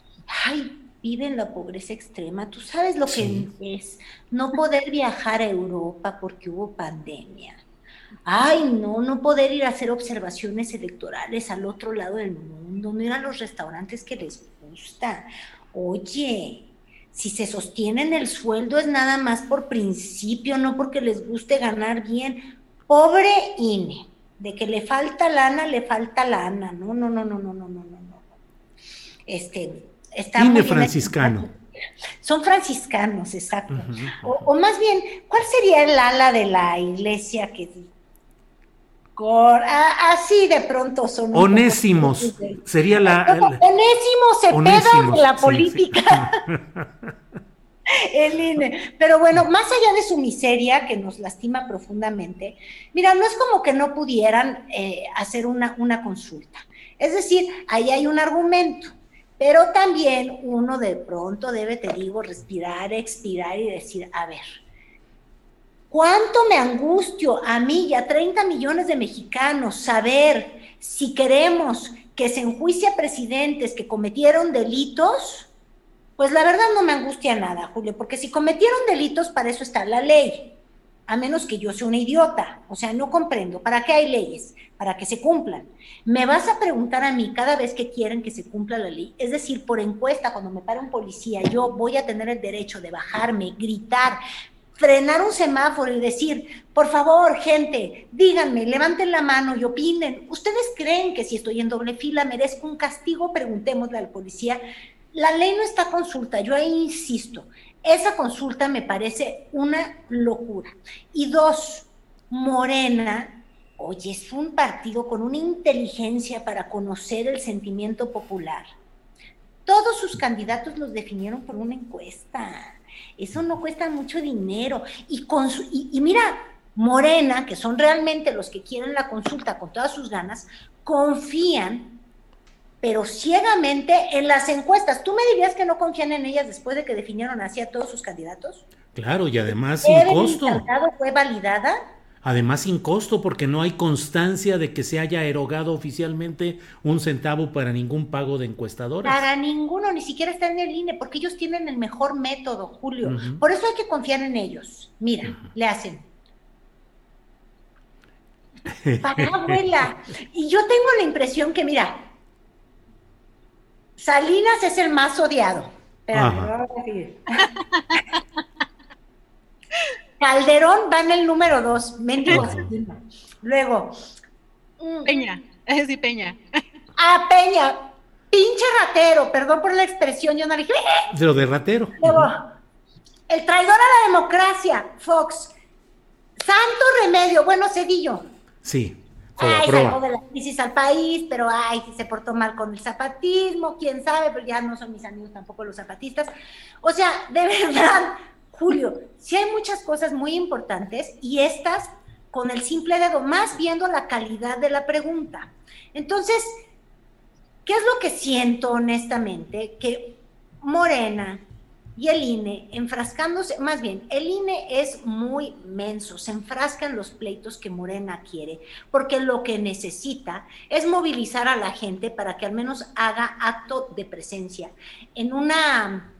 Ay, vive en la pobreza extrema. Tú sabes lo sí. que es no poder viajar a Europa porque hubo pandemia. Ay, no, no poder ir a hacer observaciones electorales al otro lado del mundo, no ir a los restaurantes que les gusta. Oye, si se sostienen el sueldo es nada más por principio, no porque les guste ganar bien. Pobre I N E, de que le falta lana, le falta lana. No, no, no, no, no, no, no, no. Este, está I N E franciscano. Son franciscanos, exacto. Uh-huh. O, o más bien, ¿cuál sería el ala de la iglesia que así de pronto son Onésimos sería la, la Onésimo Cepeda de la política. Sí, El I N E. Pero bueno, más allá de su miseria, que nos lastima profundamente, mira, no es como que no pudieran eh, hacer una, una consulta. Es decir, ahí hay un argumento, pero también uno de pronto debe, te digo, respirar, expirar y decir, a ver, ¿cuánto me angustio a mí y a treinta millones de mexicanos saber si queremos que se enjuicie a presidentes que cometieron delitos? Pues la verdad no me angustia nada, Julio, porque si cometieron delitos, para eso está la ley, a menos que yo sea una idiota, o sea, no comprendo, ¿para qué hay leyes? Para que se cumplan. ¿Me vas a preguntar a mí cada vez que quieren que se cumpla la ley? Es decir, por encuesta, cuando me para un policía, yo voy a tener el derecho de bajarme, gritar, frenar un semáforo y decir, por favor, gente, díganme, levanten la mano y opinen. ¿Ustedes creen que si estoy en doble fila merezco un castigo? Preguntémosle al policía. La ley no está a consulta, yo ahí insisto, esa consulta me parece una locura. Y dos, Morena, oye, es un partido con una inteligencia para conocer el sentimiento popular. Todos sus candidatos los definieron por una encuesta, eso no cuesta mucho dinero. Y, con su, y, y mira, Morena, que son realmente los que quieren la consulta con todas sus ganas, confían pero ciegamente en las encuestas. ¿Tú me dirías que no confían en ellas después de que definieron así a todos sus candidatos? Claro, y además sin costo. ¿Fue validada? Además sin costo, porque no hay constancia de que se haya erogado oficialmente un centavo para ningún pago de encuestadores. Para ninguno, ni siquiera está en el I N E, porque ellos tienen el mejor método, Julio. Uh-huh. Por eso hay que confiar en ellos. Mira, uh-huh. le hacen. Para abuela. Y yo tengo la impresión que, mira, Salinas es el más odiado. Espérame, no voy a decir. Calderón va en el número dos, mendigo. Luego. Peña, es decir, Peña. Ah, Peña, pinche ratero, perdón por la expresión, yo no le dije. Lo de ratero. Luego, el traidor a la democracia, Fox. Santo Remedio, bueno, Cedillo. Sí. Ay, sacó de la crisis al país, pero ay, se portó mal con el zapatismo, quién sabe, pero ya no son mis amigos tampoco los zapatistas. O sea, de verdad, Julio, sí hay muchas cosas muy importantes y estas con el simple dedo, más viendo la calidad de la pregunta. Entonces, ¿qué es lo que siento honestamente? Que Morena y el I N E enfrascándose, más bien, el I N E es muy menso, se enfrasca en los pleitos que Morena quiere, porque lo que necesita es movilizar a la gente para que al menos haga acto de presencia. En una,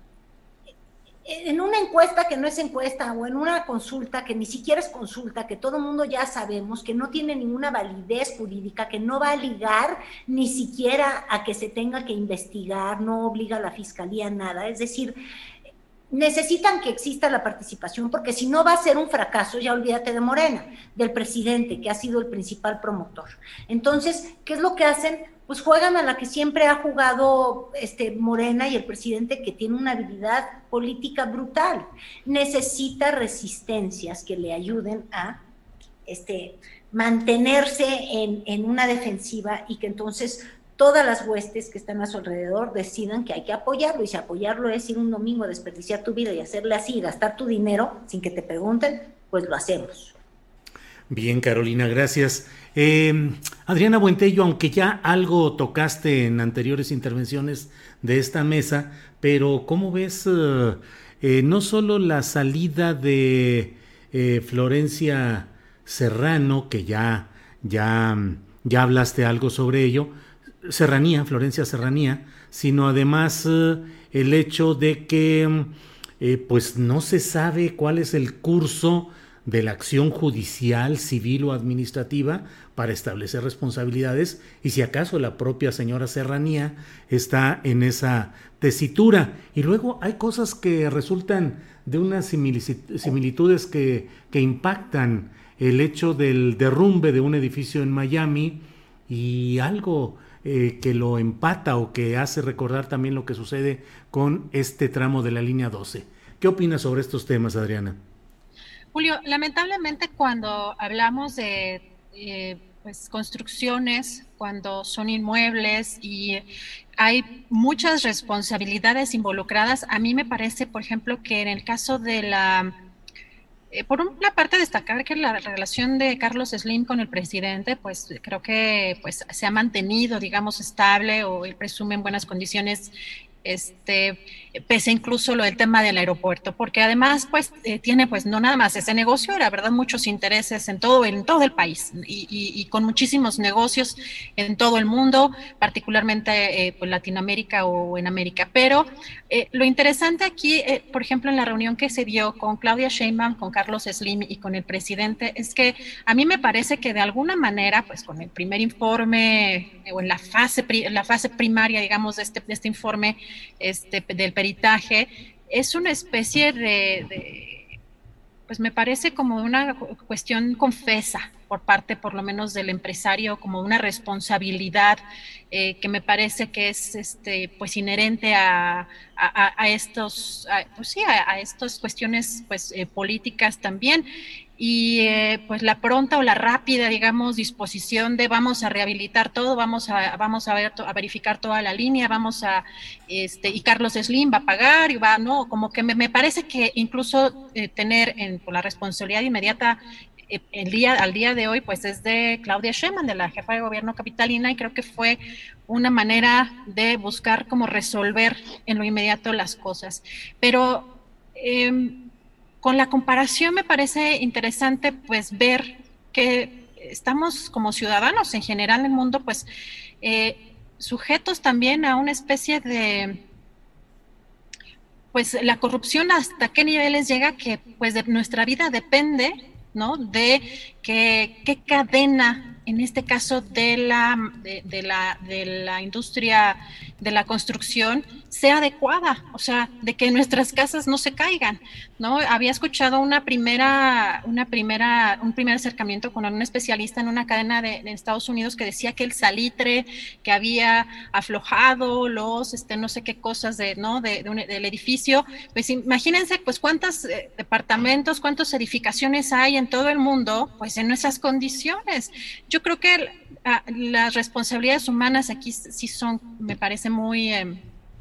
en una encuesta que no es encuesta, o en una consulta que ni siquiera es consulta, que todo el mundo ya sabemos que no tiene ninguna validez jurídica, que no va a ligar ni siquiera a que se tenga que investigar, no obliga a la fiscalía a nada, es decir, necesitan que exista la participación, porque si no va a ser un fracaso, ya olvídate de Morena, del presidente, que ha sido el principal promotor. Entonces, ¿qué es lo que hacen? Pues juegan a la que siempre ha jugado este, Morena y el presidente, que tiene una habilidad política brutal. Necesita resistencias que le ayuden a este, mantenerse en, en una defensiva y que entonces todas las huestes que están a su alrededor decidan que hay que apoyarlo, y si apoyarlo es ir un domingo a desperdiciar tu vida y hacerle así, gastar tu dinero sin que te pregunten, pues lo hacemos. Bien, Carolina, gracias. Eh, Adriana Buentello, aunque ya algo tocaste en anteriores intervenciones de esta mesa, pero ¿cómo ves eh, eh, no solo la salida de eh, Florencia Serrano, que ya, ya, ya hablaste algo sobre ello, Serranía, Florencia Serranía, sino además eh, el hecho de que eh, pues no se sabe cuál es el curso de la acción judicial, civil o administrativa para establecer responsabilidades, y si acaso la propia señora Serranía está en esa tesitura. Y luego hay cosas que resultan de unas similitudes que, que impactan: el hecho del derrumbe de un edificio en Miami y algo Eh, que lo empata o que hace recordar también lo que sucede con este tramo de la línea doce. ¿Qué opinas sobre estos temas, Adriana? Julio, lamentablemente cuando hablamos de eh, pues, construcciones, cuando son inmuebles y hay muchas responsabilidades involucradas. A mí me parece, por ejemplo, que en el caso de la... Eh, por una parte, destacar que la relación de Carlos Slim con el presidente, pues creo que pues, se ha mantenido, digamos, estable, o él presume en buenas condiciones, este, pese incluso lo del tema del aeropuerto, porque además pues eh, tiene pues no nada más ese negocio, la verdad muchos intereses en todo, en todo el país y, y, y con muchísimos negocios en todo el mundo, particularmente eh, pues Latinoamérica o en América, pero eh, lo interesante aquí, eh, por ejemplo en la reunión que se dio con Claudia Sheinbaum, con Carlos Slim y con el presidente, es que a mí me parece que de alguna manera pues con el primer informe o en la fase, en la fase primaria digamos de este, de este informe Este, del peritaje, es una especie de, de, pues me parece como una cuestión confesa por parte por lo menos del empresario, como una responsabilidad eh, que me parece que es este, pues inherente a, a, a estos, a, pues sí, a, a estas cuestiones pues eh, políticas también. Y eh, pues la pronta o la rápida, digamos, disposición de vamos a rehabilitar todo, vamos a vamos a ver a verificar toda la línea, vamos a este y Carlos Slim va a pagar y va, no, como que me, me parece que incluso eh, tener en pues, la responsabilidad inmediata eh, el día al día de hoy, pues es de Claudia Sheinbaum, de la jefa de gobierno capitalina, y creo que fue una manera de buscar cómo resolver en lo inmediato las cosas. Pero eh, con la comparación me parece interesante pues ver que estamos como ciudadanos en general en el mundo pues eh, sujetos también a una especie de pues la corrupción hasta qué niveles llega que pues de nuestra vida depende, ¿no? De que qué cadena en este caso de la de, de la de la industria de la construcción sea adecuada, o sea, de que nuestras casas no se caigan, ¿no? Había escuchado una primera, una primera, un primer acercamiento con un especialista en una cadena de, de Estados Unidos que decía que el salitre que había aflojado los, este, no sé qué cosas de, ¿no? De, de un, del edificio, pues imagínense, pues cuántos eh, departamentos, cuántas edificaciones hay en todo el mundo, pues en esas condiciones. Yo creo que a, las responsabilidades humanas aquí sí son, me parece muy... Eh,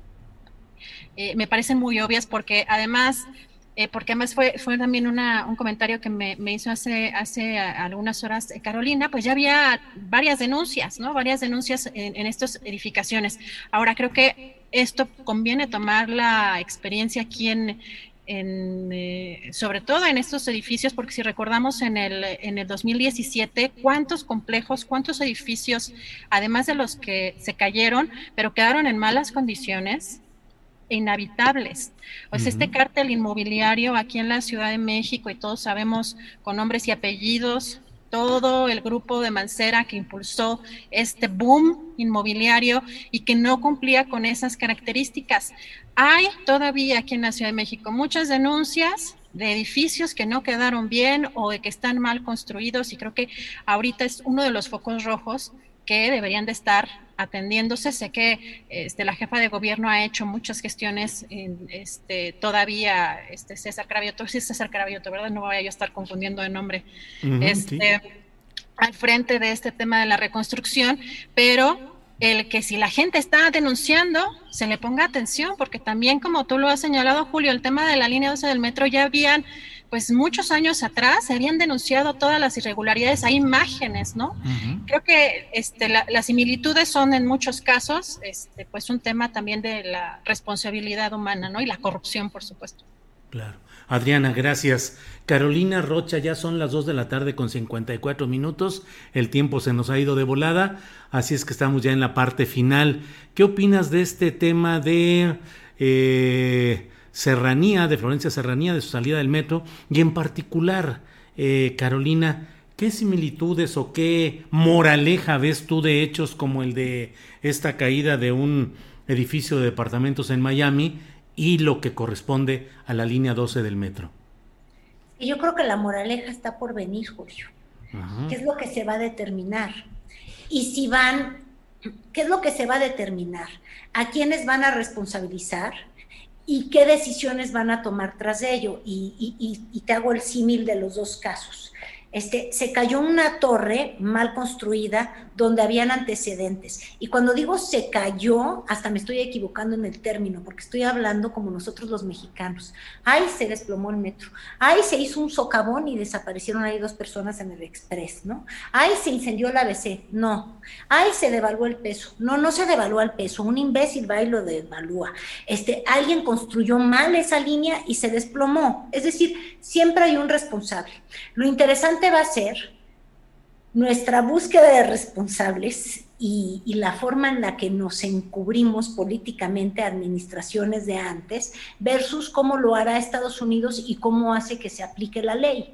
Eh, me parecen muy obvias porque además, eh, porque además fue, fue también una, un comentario que me, me hizo hace, hace algunas horas eh, Carolina, pues ya había varias denuncias, ¿no? Varias denuncias en, en estas edificaciones. Ahora creo que esto conviene tomar la experiencia aquí en, en eh, sobre todo en estos edificios, porque si recordamos en el, en el dos mil diecisiete, cuántos complejos, cuántos edificios, además de los que se cayeron, pero quedaron en malas condiciones, inhabitables. O sea, uh-huh. Este cártel inmobiliario aquí en la Ciudad de México, y todos sabemos con nombres y apellidos, todo el grupo de Mancera que impulsó este boom inmobiliario y que no cumplía con esas características. Hay todavía aquí en la Ciudad de México muchas denuncias de edificios que no quedaron bien o de que están mal construidos, y creo que ahorita es uno de los focos rojos que deberían de estar atendiéndose. Sé que este, la jefa de gobierno ha hecho muchas gestiones, en, este, todavía este, César Cravioto, sí César Cravioto, ¿verdad? No voy a yo estar confundiendo de nombre, uh-huh, este, sí. Al frente de este tema de la reconstrucción, pero el que si la gente está denunciando, se le ponga atención, porque también, como tú lo has señalado, Julio, el tema de la línea doce del metro, ya habían pues muchos años atrás se habían denunciado todas las irregularidades, hay imágenes, ¿no? Uh-huh. Creo que este, la, las similitudes son en muchos casos este, pues un tema también de la responsabilidad humana, ¿no? Y la corrupción, por supuesto. Claro. Adriana, gracias. Carolina Rocha, ya son las dos de la tarde con cincuenta y cuatro minutos, el tiempo se nos ha ido de volada, así es que estamos ya en la parte final. ¿Qué opinas de este tema de... Eh, Serranía, de Florencia Serranía, de su salida del metro, y en particular, eh, Carolina, ¿qué similitudes o qué moraleja ves tú de hechos como el de esta caída de un edificio de departamentos en Miami y lo que corresponde a la línea doce del metro? Yo creo que la moraleja está por venir, Julio. Ajá. ¿Qué es lo que se va a determinar? Y si van, ¿qué es lo que se va a determinar? ¿A quiénes van a responsabilizar? ¿Y qué decisiones van a tomar tras de ello? Y, y, y te hago el símil de los dos casos. Este, se cayó una torre mal construida donde habían antecedentes. Y cuando digo se cayó, hasta me estoy equivocando en el término, porque estoy hablando como nosotros los mexicanos. Ay, se desplomó el metro. Ay, se hizo un socavón y desaparecieron ahí dos personas en el Express, ¿no? Ay, se incendió el A B C. No. Ay, se devaluó el peso. No, no se devalúa el peso. Un imbécil va y lo devalúa. Este, alguien construyó mal esa línea y se desplomó. Es decir, siempre hay un responsable. Lo interesante va a ser nuestra búsqueda de responsables y, y la forma en la que nos encubrimos políticamente a administraciones de antes versus cómo lo hará Estados Unidos y cómo hace que se aplique la ley.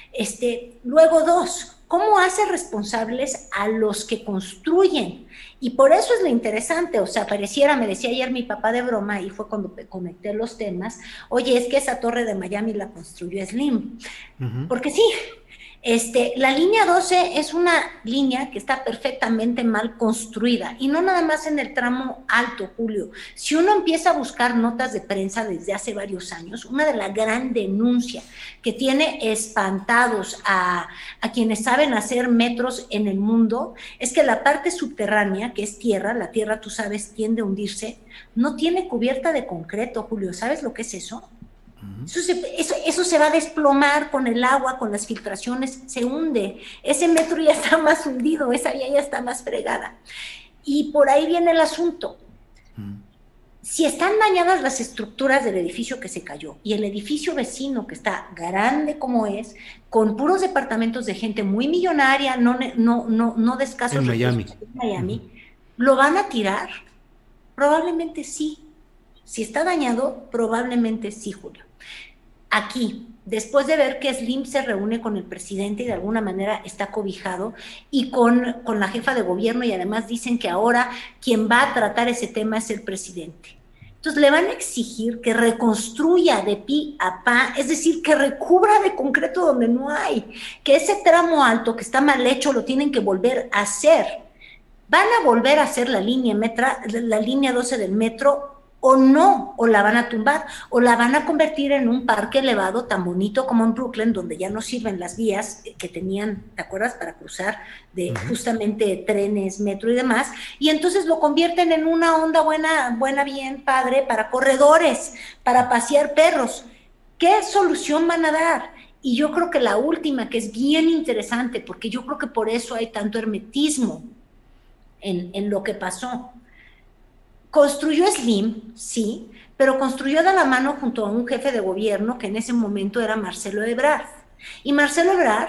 Este, luego, dos, ¿cómo hace responsables a los que construyen? Y por eso es lo interesante, o sea, pareciera, me decía ayer mi papá de broma, y fue cuando conecté los temas, oye, es que esa torre de Miami la construyó Slim, uh-huh. Porque sí, este, la línea doce es una línea que está perfectamente mal construida, y no nada más en el tramo alto, Julio. Si uno empieza a buscar notas de prensa desde hace varios años, una de las gran denuncias que tiene espantados a, a quienes saben hacer metros en el mundo, es que la parte subterránea, que es tierra, la tierra, tú sabes, tiende a hundirse, no tiene cubierta de concreto, Julio. ¿Sabes lo que es eso? Eso se, eso, eso se va a desplomar con el agua, con las filtraciones, se hunde. Ese metro ya está más hundido, esa vía ya está más fregada. Y por ahí viene el asunto. Mm. Si están dañadas las estructuras del edificio que se cayó y el edificio vecino, que está grande como es, con puros departamentos de gente muy millonaria, no, no, no, no de escasos en Miami, en Miami mm. ¿lo van a tirar? Probablemente sí. Si está dañado, probablemente sí, Julio. Aquí, después de ver que Slim se reúne con el presidente y de alguna manera está cobijado, y con, con la jefa de gobierno, y además dicen que ahora quien va a tratar ese tema es el presidente. Entonces le van a exigir que reconstruya de pi a pa, es decir, que recubra de concreto donde no hay, que ese tramo alto que está mal hecho lo tienen que volver a hacer. Van a volver a hacer la línea, metra, la línea doce del metro, o no, o la van a tumbar, o la van a convertir en un parque elevado tan bonito como en Brooklyn, donde ya no sirven las vías que tenían, ¿te acuerdas?, para cruzar de uh-huh. justamente trenes, metro y demás, y entonces lo convierten en una onda buena, buena, bien padre, para corredores, para pasear perros. ¿Qué solución van a dar? Y yo creo que la última, que es bien interesante, porque yo creo que por eso hay tanto hermetismo en, en lo que pasó. Construyó Slim, sí, pero construyó de la mano junto a un jefe de gobierno que en ese momento era Marcelo Ebrard. Y Marcelo Ebrard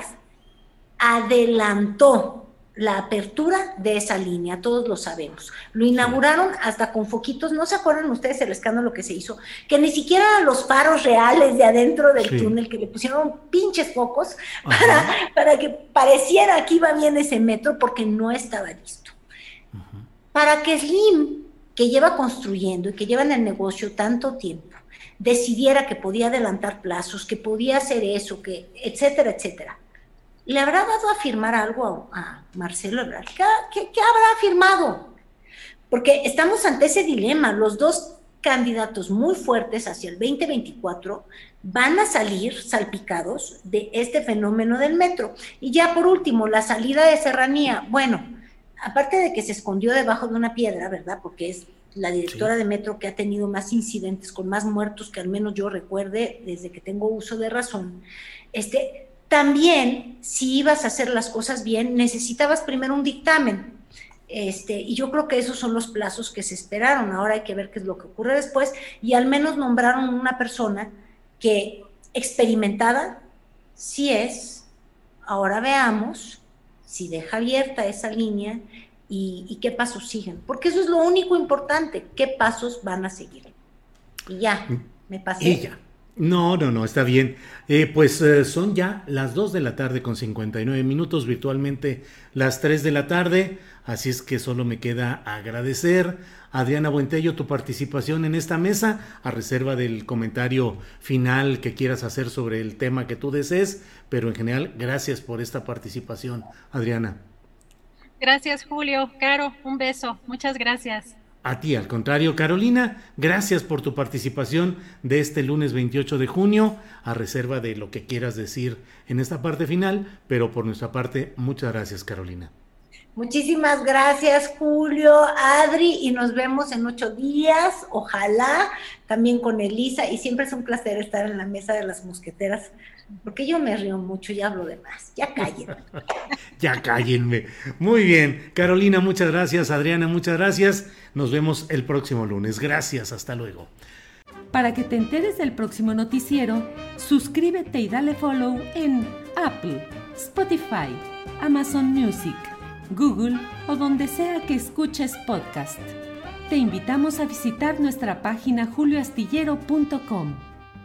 adelantó la apertura de esa línea, todos lo sabemos. Lo inauguraron hasta con foquitos, ¿no se acuerdan ustedes el escándalo que se hizo? Que ni siquiera los faros reales de adentro del sí. túnel, que le pusieron pinches focos para, para que pareciera que iba bien ese metro, porque no estaba listo. Uh-huh. Para que Slim, que lleva construyendo y que lleva en el negocio tanto tiempo, decidiera que podía adelantar plazos, que podía hacer eso, que etcétera, etcétera. ¿Le habrá dado a firmar algo a, a Marcelo Ebrard? ¿Qué, qué, ¿Qué habrá firmado? Porque estamos ante ese dilema. Los dos candidatos muy fuertes hacia el veinte veinticuatro van a salir salpicados de este fenómeno del metro. Y ya por último, la salida de Serranía. Bueno, aparte de que se escondió debajo de una piedra, ¿verdad? Porque es la directora sí. de Metro que ha tenido más incidentes, con más muertos que al menos yo recuerde desde que tengo uso de razón. Este, también, si ibas a hacer las cosas bien, necesitabas primero un dictamen. Este, y yo creo que esos son los plazos que se esperaron. Ahora hay que ver qué es lo que ocurre después, y al menos nombraron una persona que experimentada sí es. Ahora veamos si deja abierta esa línea y, y qué pasos siguen, porque eso es lo único importante, qué pasos van a seguir. Y ya, me pasé. Ella. No, no, no, está bien. Eh, pues eh, son ya las dos de la tarde con cincuenta y nueve minutos, virtualmente las tres de la tarde, así es que solo me queda agradecer, Adriana Buentello, tu participación en esta mesa, a reserva del comentario final que quieras hacer sobre el tema que tú desees, pero en general, gracias por esta participación, Adriana. Gracias, Julio. Caro, un beso. Muchas gracias. a ti, al contrario. Carolina, gracias por tu participación de este lunes veintiocho de junio, a reserva de lo que quieras decir en esta parte final, pero por nuestra parte, muchas gracias, Carolina. Muchísimas gracias, Julio, Adri, y nos vemos en ocho días, ojalá, también con Elisa, y siempre es un placer estar en la mesa de las mosqueteras, porque yo me río mucho y hablo de más. Ya cállenme. Ya cállenme. Muy bien, Carolina, muchas gracias, Adriana, muchas gracias, nos vemos el próximo lunes. Gracias, hasta luego. Para que te enteres del próximo noticiero, suscríbete y dale follow en Apple, Spotify, Amazon Music, Google o donde sea que escuches podcast. Te invitamos a visitar nuestra página julio astillero punto com.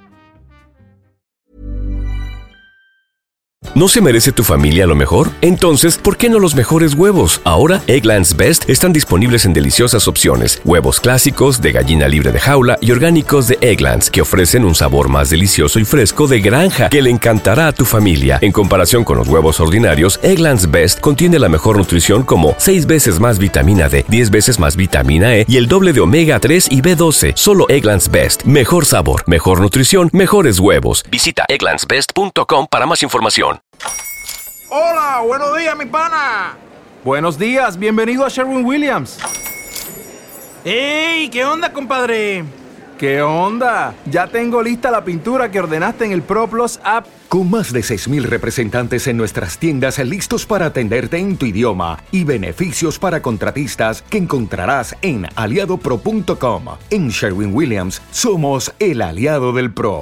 ¿No se merece tu familia lo mejor? Entonces, ¿por qué no los mejores huevos? Ahora, Eggland's Best están disponibles en deliciosas opciones. Huevos clásicos, de gallina libre de jaula y orgánicos de Eggland's, que ofrecen un sabor más delicioso y fresco de granja que le encantará a tu familia. En comparación con los huevos ordinarios, Eggland's Best contiene la mejor nutrición como seis veces más vitamina D, diez veces más vitamina E y el doble de omega tres y B doce. Solo Eggland's Best. Mejor sabor, mejor nutrición, mejores huevos. Visita egglands best punto com para más información. Hola, buenos días, mi pana. Buenos días, bienvenido a Sherwin-Williams. ¡Ey! ¿Qué onda, compadre? ¿Qué onda? Ya tengo lista la pintura que ordenaste en el ProPlus app. Con más de seis mil representantes en nuestras tiendas listos para atenderte en tu idioma y beneficios para contratistas que encontrarás en aliado pro punto com. En Sherwin-Williams somos el aliado del pro.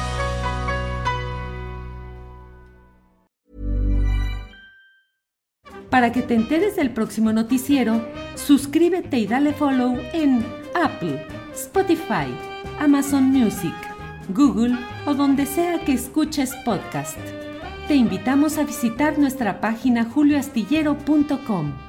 Para que te enteres del próximo noticiero, suscríbete y dale follow en Apple, Spotify, Amazon Music, Google o donde sea que escuches podcast. Te invitamos a visitar nuestra página julio astillero punto com.